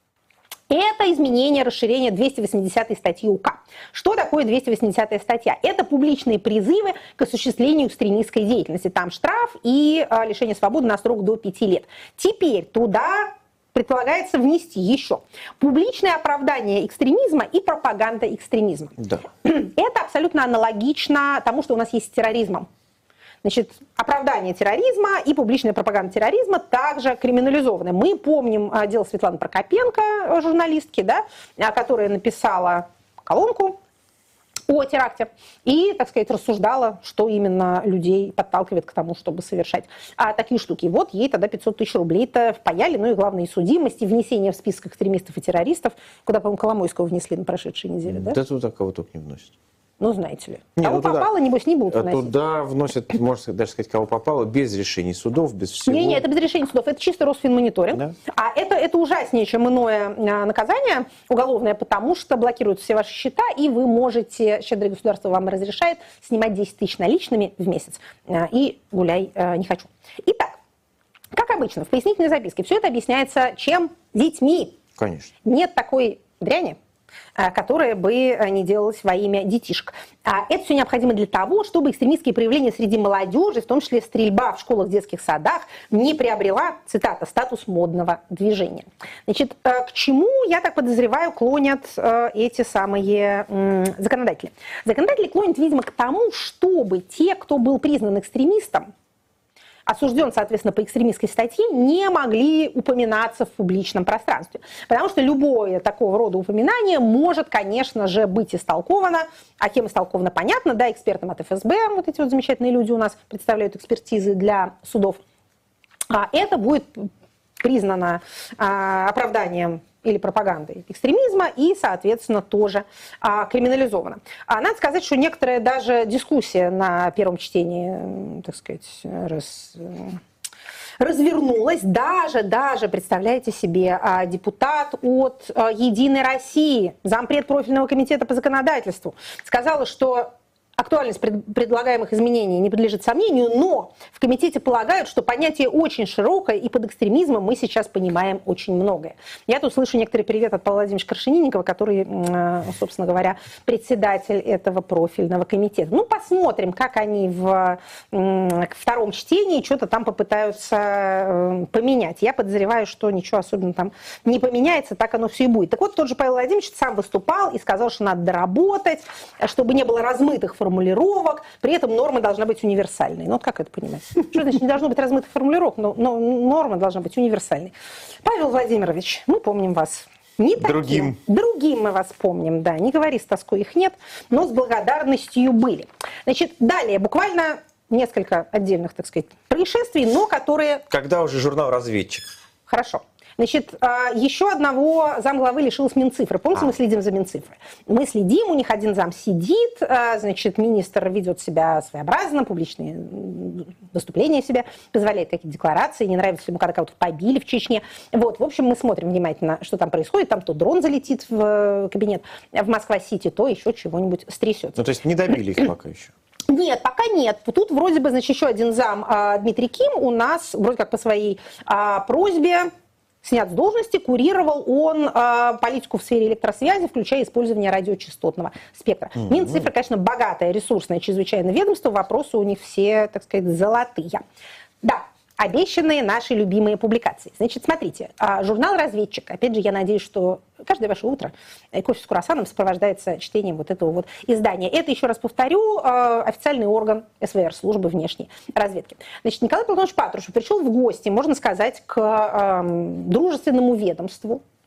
Это изменение, расширение двести восьмидесятой статьи УК. Что такое двести восьмидесятая статья? Это публичные призывы к осуществлению экстремистской деятельности. Там штраф и а, лишение свободы на срок до пяти лет. Теперь туда предполагается внести еще публичное оправдание экстремизма и пропаганда экстремизма. Да. Это абсолютно аналогично тому, что у нас есть с терроризмом. Значит, оправдание терроризма и публичная пропаганда терроризма также криминализованы. Мы помним дело Светланы Прокопенко, журналистки, да, которая написала колонку о теракте и, так сказать, рассуждала, что именно людей подталкивает к тому, чтобы совершать а, такие штуки. Вот ей тогда пятьсот тысяч рублей-то впаяли, ну и главное, и судимость, и внесение в список экстремистов и террористов, куда, по-моему, Коломойского внесли на прошедшей неделе, да? Да туда кого только не вносят. Ну, знаете ли. Не, кого ну, туда, попало, небось, не будут вносить. Туда вносят, можно даже сказать, кого попало, без решений судов, без всего. Не, не, это без решений судов, это чисто Росфинмониторинг. Да? А это, это ужаснее, чем иное наказание уголовное, потому что блокируют все ваши счета, и вы можете, щедрое государство вам разрешает, снимать десять тысяч наличными в месяц. И гуляй не хочу. Итак, как обычно, в пояснительной записке все это объясняется чем? Детьми. Конечно. Нет такой дряни, которая бы не делалась во имя детишек. Это все необходимо для того, чтобы экстремистские проявления среди молодежи, в том числе стрельба в школах, детских садах, не приобрела, цитата, статус модного движения. Значит, к чему, я так подозреваю, клонят эти самые законодатели? Законодатели клонят, видимо, к тому, чтобы те, кто был признан экстремистом, осужден, соответственно, по экстремистской статье, не могли упоминаться в публичном пространстве. Потому что любое такого рода упоминание может, конечно же, быть истолковано, а кем истолковано, понятно, да, экспертам от эф эс бэ, вот эти вот замечательные люди у нас представляют экспертизы для судов. А это будет признано а, оправданием или пропагандой экстремизма и, соответственно, тоже а, криминализовано. А надо сказать, что некоторая даже дискуссия на первом чтении, так сказать, раз, развернулась. Даже, даже, представляете себе, а, депутат от а, «Единой России», зампред профильного комитета по законодательству, сказала, что актуальность предлагаемых изменений не подлежит сомнению, но в комитете полагают, что понятие очень широкое, и под экстремизмом мы сейчас понимаем очень многое. Я тут слышу некоторый привет от Павла Владимировича Крашенинникова, который, собственно говоря, председатель этого профильного комитета. Ну, посмотрим, как они в втором чтении что-то там попытаются поменять. Я подозреваю, что ничего особенно там не поменяется, так оно все и будет. Так вот, тот же Павел Владимирович сам выступал и сказал, что надо доработать, чтобы не было размытых формулировок, формулировок, при этом норма должна быть универсальной. Ну вот как это понимать? Что значит не должно быть размытых формулировок, но, но норма должна быть универсальной. Павел Владимирович, мы помним вас. Не Другим. Таким. Другим мы вас помним, да. Не говори, с тоской их нет, но с благодарностью были. Значит, далее буквально несколько отдельных, так сказать, происшествий, но которые... Когда уже журнал «Разведчик». Хорошо. Значит, еще одного замглавы лишилась Минцифры. Помните, а. мы следим за Минцифрой? Мы следим, у них один зам сидит, значит, министр ведет себя своеобразно, публичные выступления себе, позволяет какие-то декларации, не нравится ему, когда кого-то побили в Чечне. Вот, в общем, мы смотрим внимательно, что там происходит. Там то дрон залетит в кабинет в Москва-Сити, то еще чего-нибудь стрясется. Ну, то есть не добили их пока еще? Нет, пока нет. Тут вроде бы, значит, еще один зам Дмитрий Ким у нас вроде как по своей просьбе снят с должности, курировал он э, политику в сфере электросвязи, включая использование радиочастотного спектра. Mm-hmm. Минцифра, конечно, богатое, ресурсное, чрезвычайно ведомство, вопросы у них все, так сказать, золотые. Да, обещанные наши любимые публикации. Значит, смотрите, журнал «Разведчик», опять же, я надеюсь, что каждое ваше утро кофе с круассаном сопровождается чтением вот этого вот издания. Это, еще раз повторю, официальный орган эс вэ эр, службы внешней разведки. Значит, Николай Платонович Патрушев пришел в гости, можно сказать, к э, дружественному ведомству,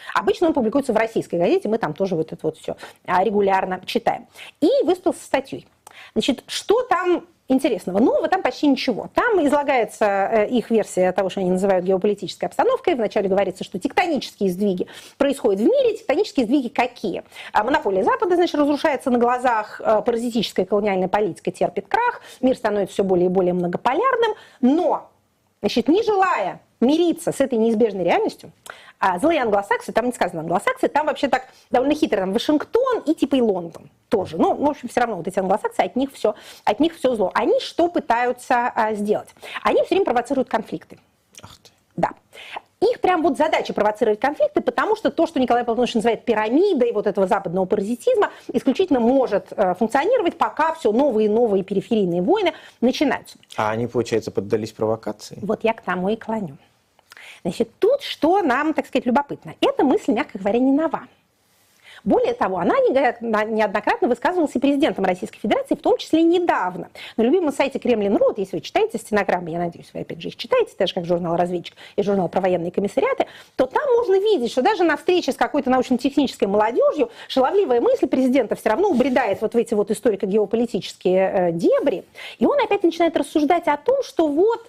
Обычно он публикуется в российской газете, мы там тоже вот это вот все регулярно читаем. И выступил со статьей. Значит, что там интересного? Нового там почти ничего. Там излагается их версия того, что они называют геополитической обстановкой. Вначале говорится, что тектонические сдвиги происходят в мире. Тектонические сдвиги какие? Монополия Запада, значит, разрушается на глазах, паразитическая колониальная политика терпит крах, мир становится все более и более многополярным, но, значит, не желая мириться с этой неизбежной реальностью, а злые англосаксы, там не сказано англосаксы, там вообще так довольно хитро, там Вашингтон и типа и Лондон тоже. Ну, в общем, все равно вот эти англосаксы, от них все, от них все зло. Они что пытаются а, сделать? Они все время провоцируют конфликты. Ах ты. Да. Их прям вот задача провоцировать конфликты, потому что то, что Николай Платонович называет пирамидой вот этого западного паразитизма, исключительно может э, функционировать, пока все новые и новые периферийные войны начинаются. А они, получается, поддались провокации? Вот я к тому и клоню. Значит, тут что нам, так сказать, любопытно. Эта мысль, мягко говоря, не нова. Более того, она неоднократно высказывалась и президентом Российской Федерации, в том числе недавно. На любимом сайте Кремлин точка ру, вот если вы читаете стенограммы, я надеюсь, вы опять же их читаете, так же как журнал «Разведчик» и журнал про военные комиссариаты, то там можно видеть, что даже на встрече с какой-то научно-технической молодежью шаловливая мысль президента все равно убредает вот в эти вот историко-геополитические дебри, и он опять начинает рассуждать о том, что вот...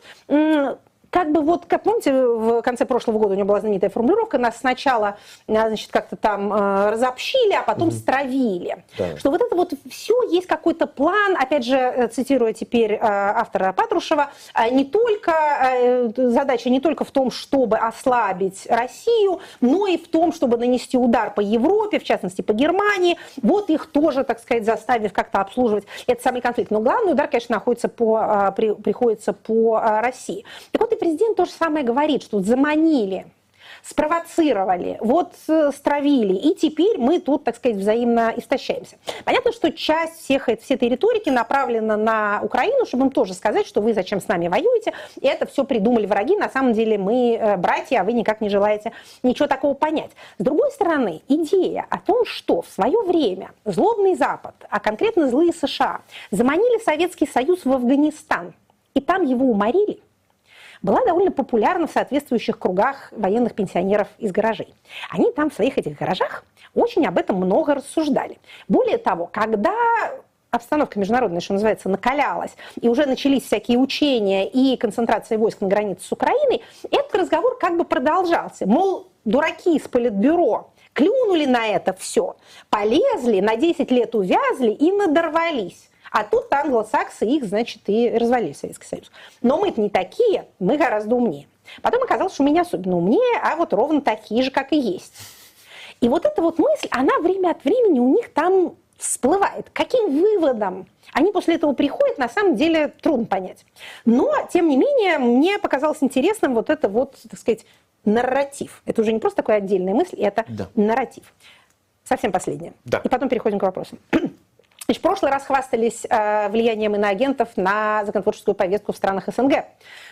Как бы вот, как помните, в конце прошлого года у него была знаменитая формулировка, нас сначала, значит, как-то там э, разобщили, а потом угу. стравили. Да. Что вот это вот все есть какой-то план, опять же, цитируя теперь э, автора Патрушева, э, не только, э, задача не только в том, чтобы ослабить Россию, но и в том, чтобы нанести удар по Европе, в частности, по Германии, вот их тоже, так сказать, заставив как-то обслуживать этот самый конфликт. Но главный удар, конечно, находится по, э, при, приходится по э, России. Так вот, и президент то же самое говорит, что заманили, спровоцировали, вот стравили, и теперь мы тут, так сказать, взаимно истощаемся. Понятно, что часть всех, всей этой риторики направлена на Украину, чтобы им тоже сказать, что вы зачем с нами воюете, и это все придумали враги, на самом деле мы братья, а вы никак не желаете ничего такого понять. С другой стороны, идея о том, что в свое время злобный Запад, а конкретно злые США, заманили Советский Союз в Афганистан, и там его уморили, была довольно популярна в соответствующих кругах военных пенсионеров из гаражей. Они там в своих этих гаражах очень об этом много рассуждали. Более того, когда обстановка международная, что называется, накалялась, и уже начались всякие учения и концентрация войск на границе с Украиной, этот разговор как бы продолжался. Мол, дураки из политбюро клюнули на это все, полезли, на десять лет увязли и надорвались. А тут англосаксы их, значит, и развалили Советский Союз. Но мы-то не такие, мы гораздо умнее. Потом оказалось, что мы не особенно умнее, а вот ровно такие же, как и есть. И вот эта вот мысль, она время от времени у них там всплывает. Каким выводом они после этого приходят, на самом деле трудно понять. Но, тем не менее, мне показалось интересным вот это вот, так сказать, нарратив. Это уже не просто такая отдельная мысль, это да. нарратив. Совсем последнее. Да. И потом переходим к вопросам. Значит, в прошлый раз хвастались э, влиянием иноагентов на законотворческую повестку в странах СНГ.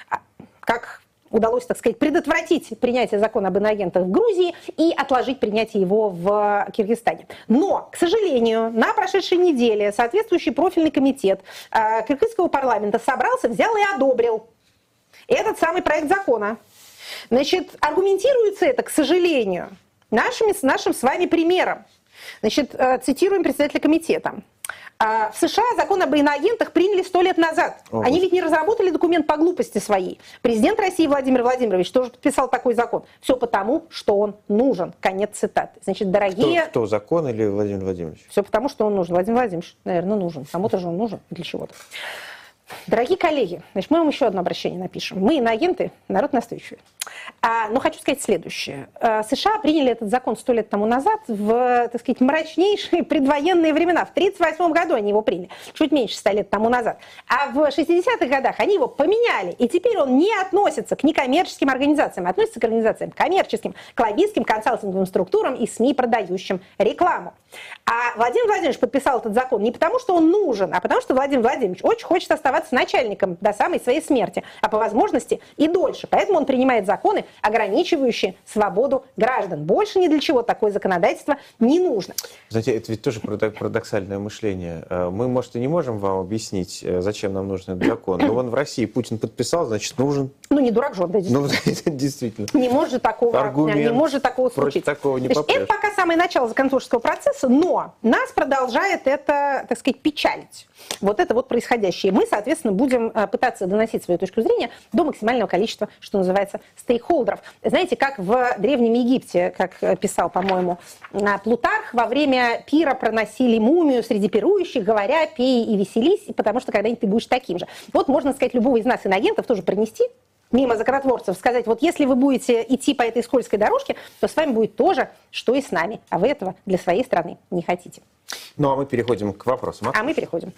Как удалось, так сказать, предотвратить принятие закона об иноагентах в Грузии и отложить принятие его в Киргизстане. Но, к сожалению, на прошедшей неделе соответствующий профильный комитет э, кыргызского парламента собрался, взял и одобрил этот самый проект закона. Значит, аргументируется это, к сожалению, нашими, нашим с вами примером. Значит, цитируем председателя комитета. В США закон об иноагентах приняли сто лет назад. О, Они ведь не разработали документ по глупости своей. Президент России Владимир Владимирович тоже подписал такой закон. Все потому, что он нужен. Конец цитаты. Значит, дорогие... Кто, кто закон или Владимир Владимирович? Все потому, что он нужен. Владимир Владимирович, наверное, нужен. Кому-то же он нужен. Для чего-то. Дорогие коллеги, значит, мы вам еще одно обращение напишем. Мы иноагенты, народ настойчивый. А, но хочу сказать следующее. США приняли этот закон сто лет тому назад в, так сказать, мрачнейшие предвоенные времена. В тридцать восьмом году они его приняли, чуть меньше ста лет тому назад. А в шестидесятых годах они его поменяли. И теперь он не относится к некоммерческим организациям, а относится к организациям коммерческим, к лоббистским, консалтинговым структурам и СМИ, продающим рекламу. А Владимир Владимирович подписал этот закон не потому, что он нужен, а потому, что Владимир Владимирович очень хочет оставаться начальником до самой своей смерти, а по возможности и дольше. Поэтому он принимает законы, ограничивающие свободу граждан. Больше ни для чего такое законодательство не нужно. Знаете, это ведь тоже парадоксальное мышление. Мы, может, и не можем вам объяснить, зачем нам нужен этот закон, но вон в России Путин подписал, значит, нужен. Ну, не дурак же он, да, действительно. Ну, действительно. Не может такого, Аргумент не может такого случиться. Такого не Значит, это пока самое начало законотворческого процесса, но нас продолжает это, так сказать, печалить. Вот это вот происходящее. Мы, соответственно, будем пытаться доносить свою точку зрения до максимального количества, что называется, стейкхолдеров. Знаете, как в Древнем Египте, как писал, по-моему, Плутарх, во время пира проносили мумию среди пирующих, говоря: пей и веселись, потому что когда-нибудь ты будешь таким же. Вот можно сказать, любого из нас, инагентов, тоже принести мимо законотворцев, сказать: вот если вы будете идти по этой скользкой дорожке, то с вами будет то же, что и с нами. А вы этого для своей страны не хотите. Ну, а мы переходим к вопросам. А мы переходим.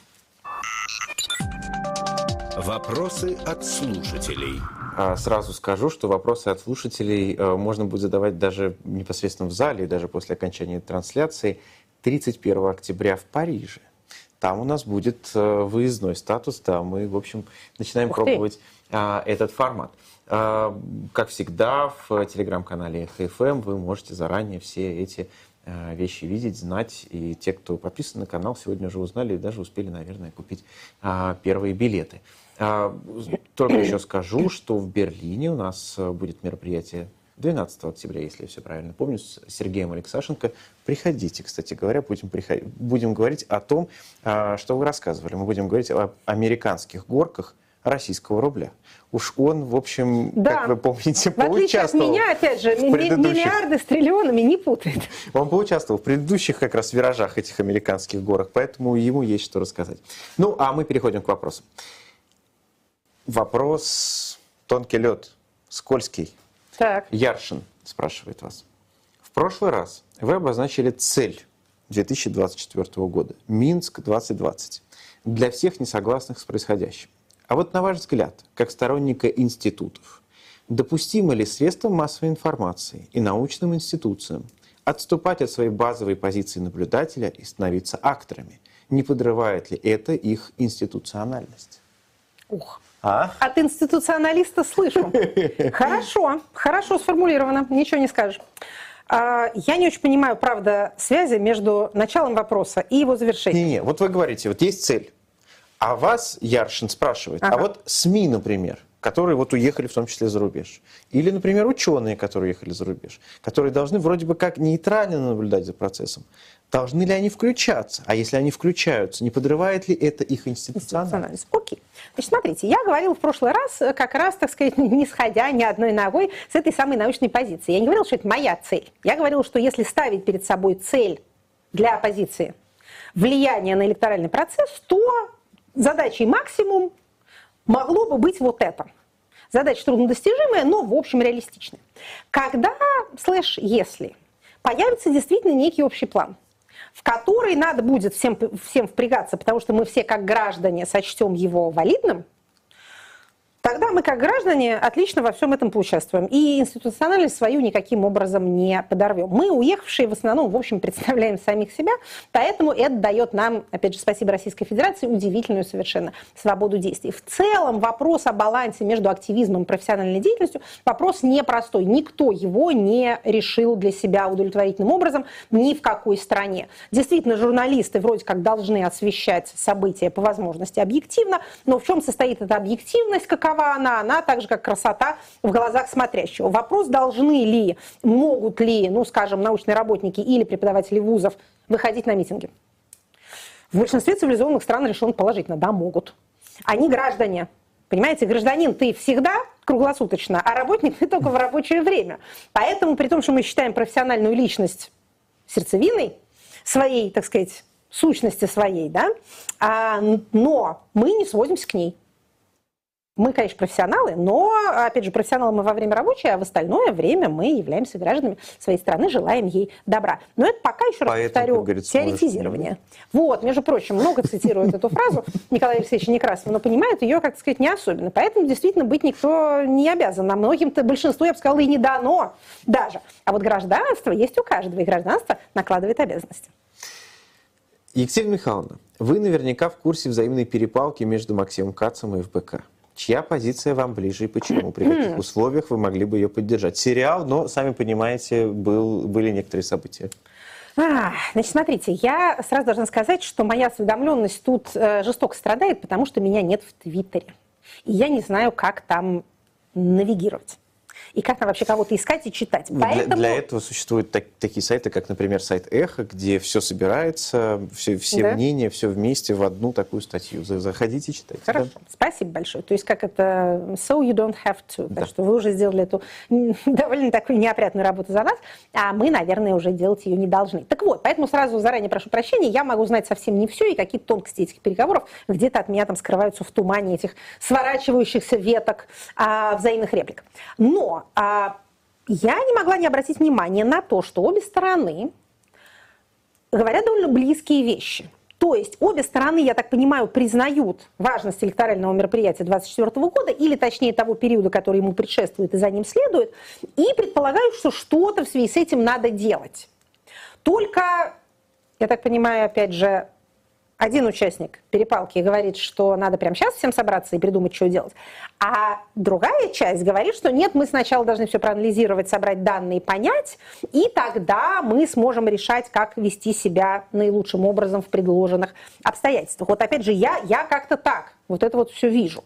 Вопросы от слушателей. Сразу скажу, что вопросы от слушателей можно будет задавать даже непосредственно в зале, даже после окончания трансляции тридцать первого октября в Париже. Там у нас будет выездной статус, да, мы, в общем, начинаем Ух пробовать а, этот формат. А, как всегда, в телеграм-канале эх эф эм вы можете заранее все эти а, вещи видеть, знать, и те, кто подписан на канал, сегодня уже узнали и даже успели, наверное, купить а, первые билеты. А, только еще скажу, что в Берлине у нас будет мероприятие двенадцатого октября, если я все правильно помню, с Сергеем Алексашенко. Приходите, кстати говоря, будем, приход... будем говорить о том, что вы рассказывали. Мы будем говорить о американских горках российского рубля. Уж он, в общем, да. как вы помните, поучаствовал. В отличие от меня, опять же, предыдущих... миллиарды с триллионами не путает. Он поучаствовал в предыдущих как раз виражах этих американских горок, поэтому ему есть что рассказать. Ну, а мы переходим к вопросам. Вопрос тонкий лед, скользкий. Так. Яршин спрашивает вас. В прошлый раз вы обозначили цель две тысячи двадцать четвёртого года. Минск двадцать двадцать. Для всех несогласных с происходящим. А вот на ваш взгляд, как сторонника институтов, допустимо ли средствам массовой информации и научным институциям отступать от своей базовой позиции наблюдателя и становиться акторами? Не подрывает ли это их институциональность? Ух. А? От институционалиста слышу. Хорошо, хорошо сформулировано, ничего не скажешь. Я не очень понимаю, правда, связи между началом вопроса и его завершением. Не-не, вот вы говорите, вот есть цель, а вас Яршин спрашивает, ага. а вот СМИ, например, которые вот уехали в том числе за рубеж, или, например, ученые, которые уехали за рубеж, которые должны вроде бы как нейтрально наблюдать за процессом, должны ли они включаться? А если они включаются, не подрывает ли это их институциональность? Окей. Значит, смотрите, я говорила в прошлый раз, как раз, так сказать, не сходя ни одной ногой с этой самой научной позиции. Я не говорила, что это моя цель. Я говорила, что если ставить перед собой цель для оппозиции влияния на электоральный процесс, то задачей максимум могло бы быть вот это. Задача труднодостижимая, но, в общем, реалистичная. Когда, слэш, если, появится действительно некий общий план, в который надо будет всем, всем впрягаться, потому что мы все как граждане сочтем его валидным, тогда мы как граждане отлично во всем этом поучаствуем. И институциональность свою никаким образом не подорвем. Мы, уехавшие, в основном, в общем, представляем самих себя, поэтому это дает нам, опять же, спасибо Российской Федерации, удивительную совершенно свободу действий. В целом вопрос о балансе между активизмом и профессиональной деятельностью вопрос непростой. Никто его не решил для себя удовлетворительным образом ни в какой стране. Действительно, журналисты вроде как должны освещать события по возможности объективно, но в чем состоит эта объективность, какова она, она так же, как красота в глазах смотрящего. Вопрос, должны ли, могут ли, ну, скажем, научные работники или преподаватели вузов выходить на митинги. В большинстве цивилизованных стран решено положительно. Да, могут. Они граждане. Понимаете, гражданин ты всегда круглосуточно, а работник ты только в рабочее время. Поэтому, при том, что мы считаем профессиональную личность сердцевиной своей, так сказать, сущности своей, да, а, но мы не сводимся к ней. Мы, конечно, профессионалы, но, опять же, профессионалы мы во время рабочее, а в остальное время мы являемся гражданами своей страны, желаем ей добра. Но это пока, еще раз Поэтому, повторю, теоретизирование. Вот, между прочим, много цитирует эту фразу Николая Алексеевича Некрасова, но понимает ее, как сказать, не особенно. Поэтому действительно быть никто не обязан. А многим-то большинству, я бы сказала, и не дано даже. А вот гражданство есть у каждого, и гражданство накладывает обязанности. Екатерина Михайловна, вы наверняка в курсе взаимной перепалки между Максимом Кацем и эф бэ ка. Чья позиция вам ближе и почему? При каких условиях вы могли бы ее поддержать? Сериал, но, сами понимаете, был, были некоторые события. А, значит, смотрите, я сразу должна сказать, что моя осведомленность тут э, жестоко страдает, потому что меня нет в Твиттере. И я не знаю, как там навигировать. И как там вообще кого-то искать и читать. Поэтому... Для, для этого существуют так, такие сайты, как, например, сайт Эхо, где все собирается, все, все да? мнения, все вместе в одну такую статью. Заходите, читайте. Хорошо, да? Спасибо большое. То есть как это so you don't have to. Да. Так что вы уже сделали эту довольно такую неопрятную работу за нас, а мы, наверное, уже делать ее не должны. Так вот, поэтому сразу заранее прошу прощения, я могу знать совсем не все, и какие-то тонкости этих переговоров где-то от меня там скрываются в тумане этих сворачивающихся веток а, взаимных реплик. Но а, я не могла не обратить внимания на то, что обе стороны говорят довольно близкие вещи. То есть обе стороны, я так понимаю, признают важность электорального мероприятия двадцать четвёртого года, или точнее того периода, который ему предшествует и за ним следует, и предполагают, что что-то в связи с этим надо делать. Только, я так понимаю, опять же, один участник перепалки говорит, что надо прямо сейчас всем собраться и придумать, что делать. А другая часть говорит, что нет, мы сначала должны все проанализировать, собрать данные, понять, и тогда мы сможем решать, как вести себя наилучшим образом в предложенных обстоятельствах. Вот опять же, я, я как-то так вот это вот все вижу.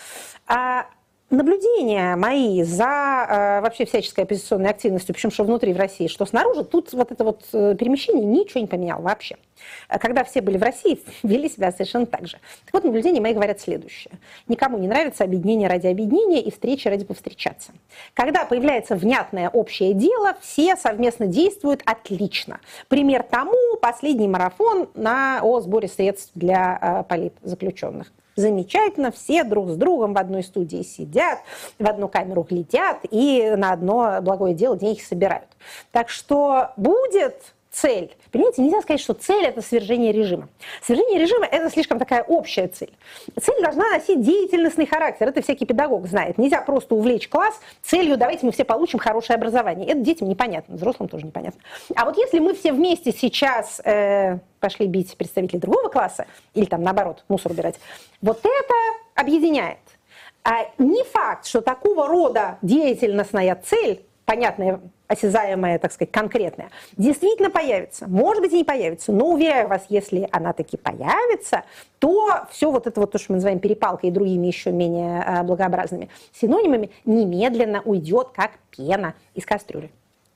А наблюдения мои за э, вообще всяческой оппозиционной активностью, причем что внутри в России, что снаружи, тут вот это вот э, перемещение ничего не поменяло вообще. Когда все были в России, вели себя совершенно так же. Так вот, наблюдения мои говорят следующее. Никому не нравится объединение ради объединения и встречи ради повстречаться. Когда появляется внятное общее дело, все совместно действуют отлично. Пример тому последний марафон на, о сборе средств для э, политзаключенных. Замечательно, все друг с другом в одной студии сидят, в одну камеру глядят и на одно благое дело деньги собирают. Так что будет цель. Понимаете, нельзя сказать, что цель – это свержение режима. Свержение режима – это слишком такая общая цель. Цель должна носить деятельностный характер. Это всякий педагог знает. Нельзя просто увлечь класс целью «давайте мы все получим хорошее образование». Это детям непонятно, взрослым тоже непонятно. А вот если мы все вместе сейчас э, пошли бить представителей другого класса, или там наоборот мусор убирать, вот это объединяет. А не факт, что такого рода деятельностная цель, понятная, осязаемая, так сказать, конкретная, действительно появится. Может быть, и не появится, но, уверяю вас, если она таки появится, то все вот это вот, то, что мы называем перепалкой и другими еще менее благообразными синонимами, немедленно уйдет, как пена из кастрюли.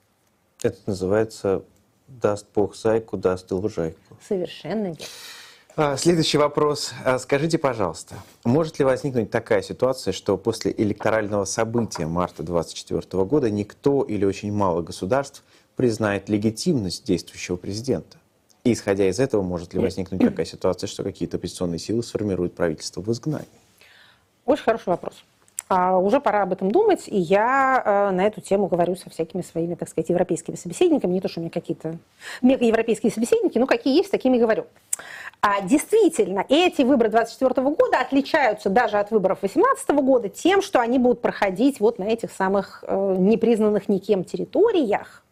Это называется «даст Бог зайку, даст и лужайку». Совершенно верно. Следующий вопрос. Скажите, пожалуйста, может ли возникнуть такая ситуация, что после электорального события марта двадцать четвёртого года никто или очень мало государств признает легитимность действующего президента? И, исходя из этого, может ли возникнуть такая ситуация, что какие-то оппозиционные силы сформируют правительство в изгнании? Очень хороший вопрос. А, уже пора об этом думать, и я а, на эту тему говорю со всякими своими, так сказать, европейскими собеседниками. Не то, что у меня какие-то мегаевропейские собеседники, но какие есть, такими говорю. А действительно, эти выборы двадцать четвёртого года отличаются даже от выборов две тысячи восемнадцатого года тем, что они будут проходить вот на этих самых э, непризнанных никем территориях.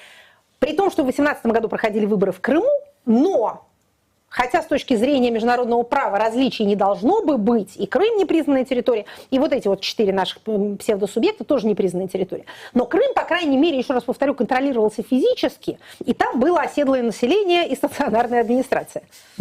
При том, что в две тысячи восемнадцатом году проходили выборы в Крыму, но, хотя с точки зрения международного права различий не должно бы быть, и Крым непризнанная территория, и вот эти вот четыре наших псевдосубъекта тоже непризнанная территория. Но Крым, по крайней мере, еще раз повторю, контролировался физически, и там было оседлое население и стационарная администрация.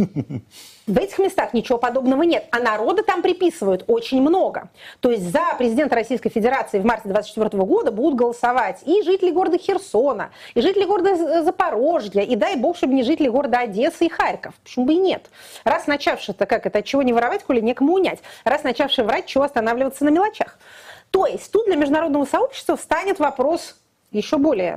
В этих местах ничего подобного нет, а народа там приписывают очень много. То есть за президента Российской Федерации в марте двадцать четвёртого года будут голосовать и жители города Херсона, и жители города Запорожья, и дай бог, чтобы не жители города Одесса и Харьков. Почему бы и нет? Раз начавший-то как это, от чего не воровать, коли некому унять? Раз начавший врать, чего останавливаться на мелочах? То есть тут для международного сообщества встанет вопрос еще более...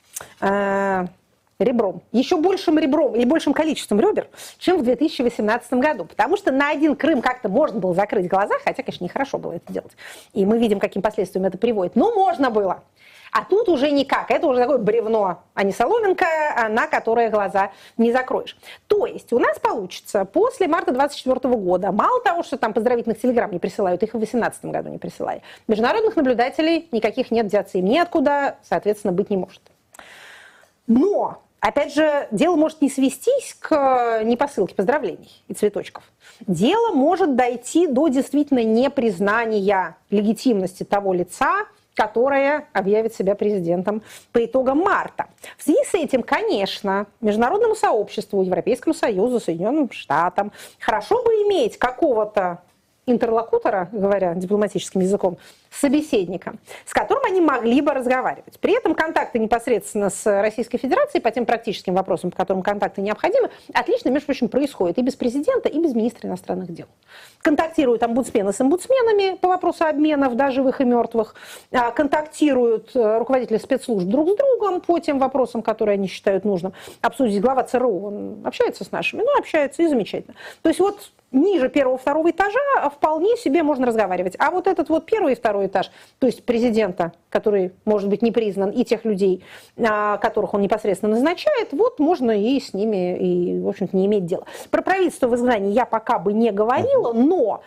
Э- ребром, еще большим ребром или большим количеством ребер, чем в две тысячи восемнадцатом году. Потому что на один Крым как-то можно было закрыть глаза, хотя, конечно, нехорошо было это делать. И мы видим, каким последствиям это приводит. Но можно было. А тут уже никак. Это уже такое бревно, а не соломинка, на которое глаза не закроешь. То есть у нас получится после марта двадцать четвёртого года, мало того, что там поздравительных телеграмм не присылают, их и в две тысячи восемнадцатом году не присылали, международных наблюдателей никаких нет, взяться им неоткуда, соответственно, быть не может. Но Опять же, дело может не свестись к непосылке поздравлений и цветочков. Дело может дойти до действительно непризнания легитимности того лица, которое объявит себя президентом по итогам марта. В связи с этим, конечно, международному сообществу, Европейскому Союзу, Соединенным Штатам хорошо бы иметь какого-то интерлокутора, говоря дипломатическим языком, собеседника, с которым они могли бы разговаривать. При этом контакты непосредственно с Российской Федерацией по тем практическим вопросам, по которым контакты необходимы, отлично, между прочим, происходит и без президента, и без министра иностранных дел. Контактируют омбудсмены с омбудсменами по вопросу обменов, да, живых и мертвых, контактируют руководители спецслужб друг с другом по тем вопросам, которые они считают нужным обсудить. Глава ЦРУ, он общается с нашими, ну, общается, и замечательно. То есть вот ниже первого-второго этажа вполне себе можно разговаривать. А вот этот вот первый и второй этаж, то есть президента, который может быть не признан, и тех людей, которых он непосредственно назначает, вот можно и с ними, и, в общем-то, не иметь дела. Про правительство в изгнании я пока бы не говорила, но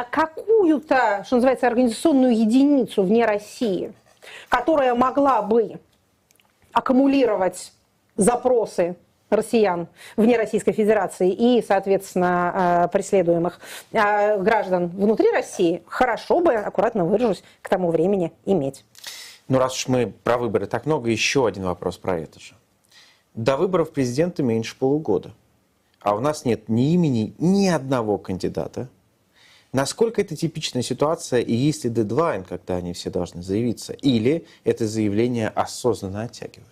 какую-то, что называется, организационную единицу вне России, которая могла бы аккумулировать запросы россиян вне Российской Федерации и, соответственно, преследуемых граждан внутри России, хорошо бы, аккуратно выражусь, к тому времени иметь. Ну, раз уж мы про выборы так много, еще один вопрос про это же. До выборов президента меньше полугода, а у нас нет ни имени ни одного кандидата. Насколько это типичная ситуация, и есть ли дедлайн, когда они все должны заявиться, или это заявление осознанно оттягивают?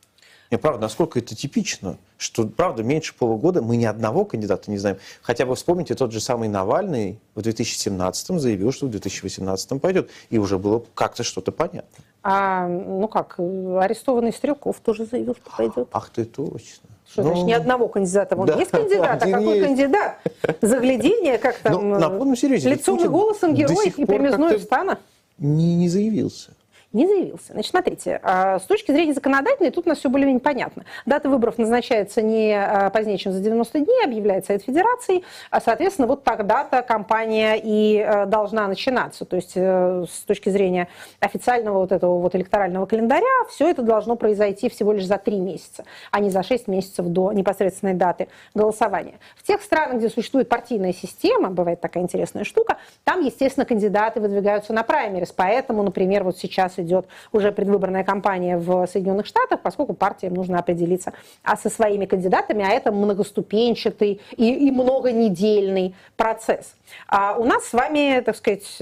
И правда, насколько это типично, что, правда, меньше полугода мы ни одного кандидата не знаем. Хотя бы вспомните, тот же самый Навальный в две тысячи семнадцатом заявил, что в две тысячи восемнадцатом пойдет. И уже было как-то что-то понятно. А, ну как, арестованный Стрелков тоже заявил, что пойдет. Ах ты, точно. Что ну, значит ни одного кандидата? Вот да, есть кандидат, а какой есть. кандидат? Заглядение, как там, ну, на полном серьезе, лицом и голосом героев и примизной стана? Не, не заявился. Не заявился. Значит, смотрите, с точки зрения законодательной, тут у нас все более-менее понятно. Дата выборов назначается не позднее, чем за девяносто дней, объявляется Совет Федерации, а, соответственно, вот тогда-то кампания и должна начинаться. То есть с точки зрения официального вот этого вот электорального календаря все это должно произойти всего лишь за три месяца, а не за шесть месяцев до непосредственной даты голосования. В тех странах, где существует партийная система, бывает такая интересная штука, там, естественно, кандидаты выдвигаются на праймерис. Поэтому, например, вот сейчас идет уже предвыборная кампания в Соединенных Штатах, поскольку партиям нужно определиться а со своими кандидатами, а это многоступенчатый и, и многонедельный процесс. А у нас с вами, так сказать,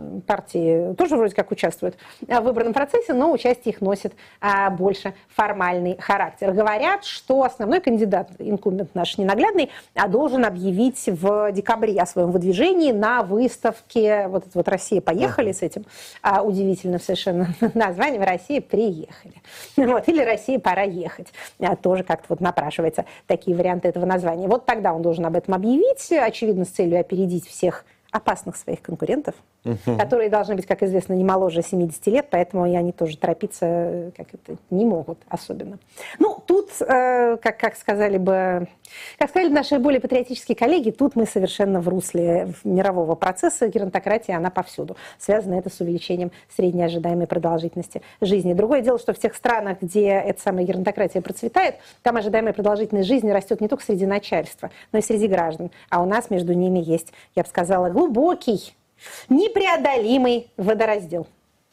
партии тоже вроде как участвуют в выборном процессе, но участие их носит а, больше формальный характер. Говорят, что основной кандидат, инкумбент наш ненаглядный, должен объявить в декабре о своем выдвижении на выставке, вот это вот «Россия, поехали» с этим а, удивительным совершенно названием «Россия, приехали». Вот, или «Россия, пора ехать». А, тоже как-то вот напрашивается такие варианты этого названия. Вот тогда он должен об этом объявить, очевидно, с целью опередить всех опасных своих конкурентов, uh-huh. которые должны быть, как известно, не моложе семидесяти лет, поэтому они тоже торопиться как это, не могут особенно. Ну, тут, э, как, как сказали бы, как сказали наши более патриотические коллеги, тут мы совершенно в русле мирового процесса, геронтократия, она повсюду. Связано это с увеличением средней ожидаемой продолжительности жизни. Другое дело, что в тех странах, где эта самая геронтократия процветает, там ожидаемая продолжительность жизни растет не только среди начальства, но и среди граждан. А у нас между ними есть, я бы сказала, глубокий, непреодолимый водораздел.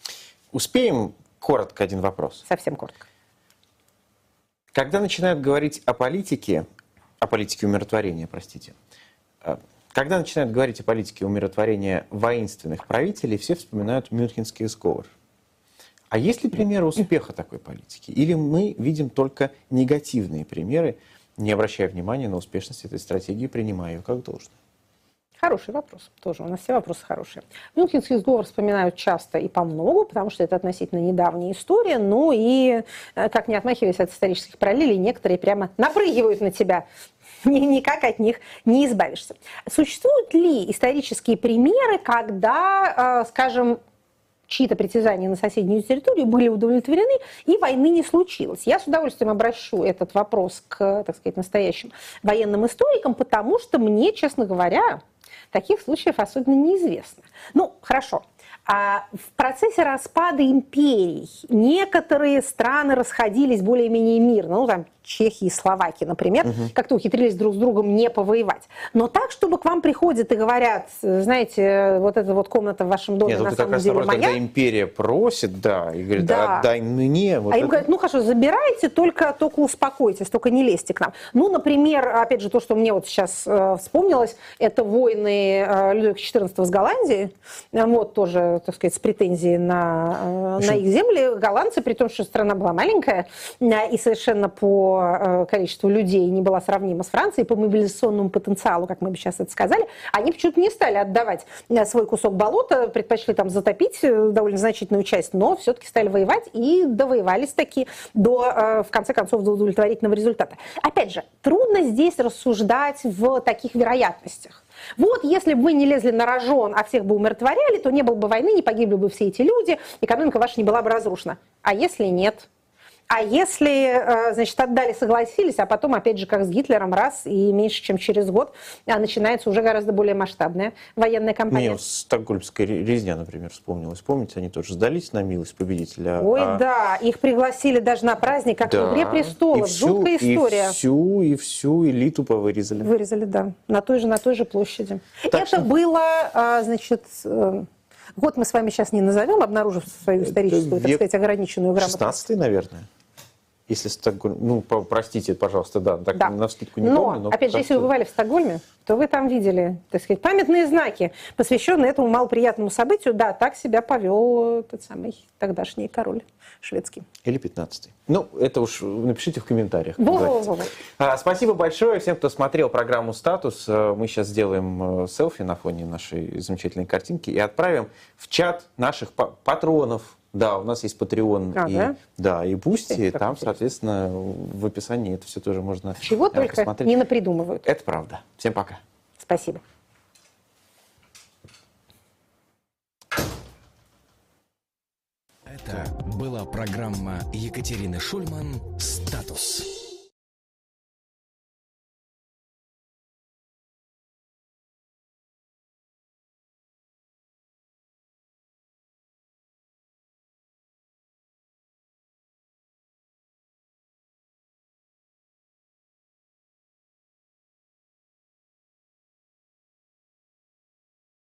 Успеем коротко один вопрос? Совсем коротко. Когда начинают говорить о политике, о политике умиротворения, простите, когда начинают говорить о политике умиротворения воинственных правителей, все вспоминают Мюнхенский сговор. А есть ли примеры успеха такой политики? Или мы видим только негативные примеры, не обращая внимания на успешность этой стратегии, принимая ее как должное? Хороший вопрос. Тоже у нас все вопросы хорошие. Мюнхенский сговор вспоминают часто и по многу, потому что это относительно недавняя история, но и, как не отмахиваясь от исторических параллелей, некоторые прямо напрыгивают на тебя. Никак от них не избавишься. Существуют ли исторические примеры, когда, скажем, чьи-то притязания на соседнюю территорию были удовлетворены, и войны не случилось? Я с удовольствием обращу этот вопрос к, так сказать, настоящим военным историкам, потому что мне, честно говоря, таких случаев особенно неизвестно. Ну, хорошо. А в процессе распада империй некоторые страны расходились более-менее мирно. Ну, там Чехии и Словакии, например, угу. как-то ухитрились друг с другом не повоевать. Но так, чтобы к вам приходят и говорят, знаете, вот эта вот комната в вашем доме Нет, на это самом как раз деле наоборот, моя. Когда империя просит, да, и говорит, да. отдай мне. Вот а это... им говорят, ну хорошо, забирайте, только, только успокойтесь, только не лезьте к нам. Ну, например, опять же, то, что мне вот сейчас э, вспомнилось, это войны э, Людовика четырнадцатого с Голландией, вот тоже, так сказать, с претензией на, э, на их земли. Голландцы, при том, что страна была маленькая э, и совершенно по э, количеству людей не была сравнима с Францией, по мобилизационному потенциалу, как мы бы сейчас это сказали, они почему-то не стали отдавать свой кусок болота, предпочли там затопить довольно значительную часть, но все-таки стали воевать и довоевались таки до, э, в конце концов, до удовлетворительного результата. Опять же, трудно здесь рассуждать в таких вероятностях. Вот если бы вы не лезли на рожон, а всех бы умиротворяли, то не было бы войны, не погибли бы все эти люди, экономика ваша не была бы разрушена. А если нет? А если, значит, отдали, согласились, а потом, опять же, как с Гитлером, раз, и меньше, чем через год, начинается уже гораздо более масштабная военная кампания. Мне стокгольмская резня, например, вспомнилась. Помните, они тоже сдались на милость победителя. Ой, а... да, их пригласили даже на праздник, как да. в «Игре престолов». Всю, жуткая история. И всю, и всю элиту повырезали. Вырезали, да, на той же, на той же площади. Так Это что... было, значит... Год мы с вами сейчас не назовем, обнаружив свою историческую, так сказать, ограниченную грамотность. шестнадцатый, наверное. Если Стокгольм, ну, простите, пожалуйста, да, так да. навскидку не но, помню. Но, опять же, если вы бывали в Стокгольме, то вы там видели, так сказать, памятные знаки, посвященные этому малоприятному событию. Да, так себя повел тот самый тогдашний король шведский. Или пятнадцатый. Ну, это уж напишите в комментариях. Во-во-во. А, спасибо большое всем, кто смотрел программу «Статус». Мы сейчас сделаем селфи на фоне нашей замечательной картинки и отправим в чат наших патронов. Да, у нас есть Patreon а, и, да? Да, и Boosty, это там, интересно. соответственно, в описании это все тоже можно Чего посмотреть. только не напридумывают. Это правда. Всем пока. Спасибо. Это была программа Екатерины Шульман «Статус».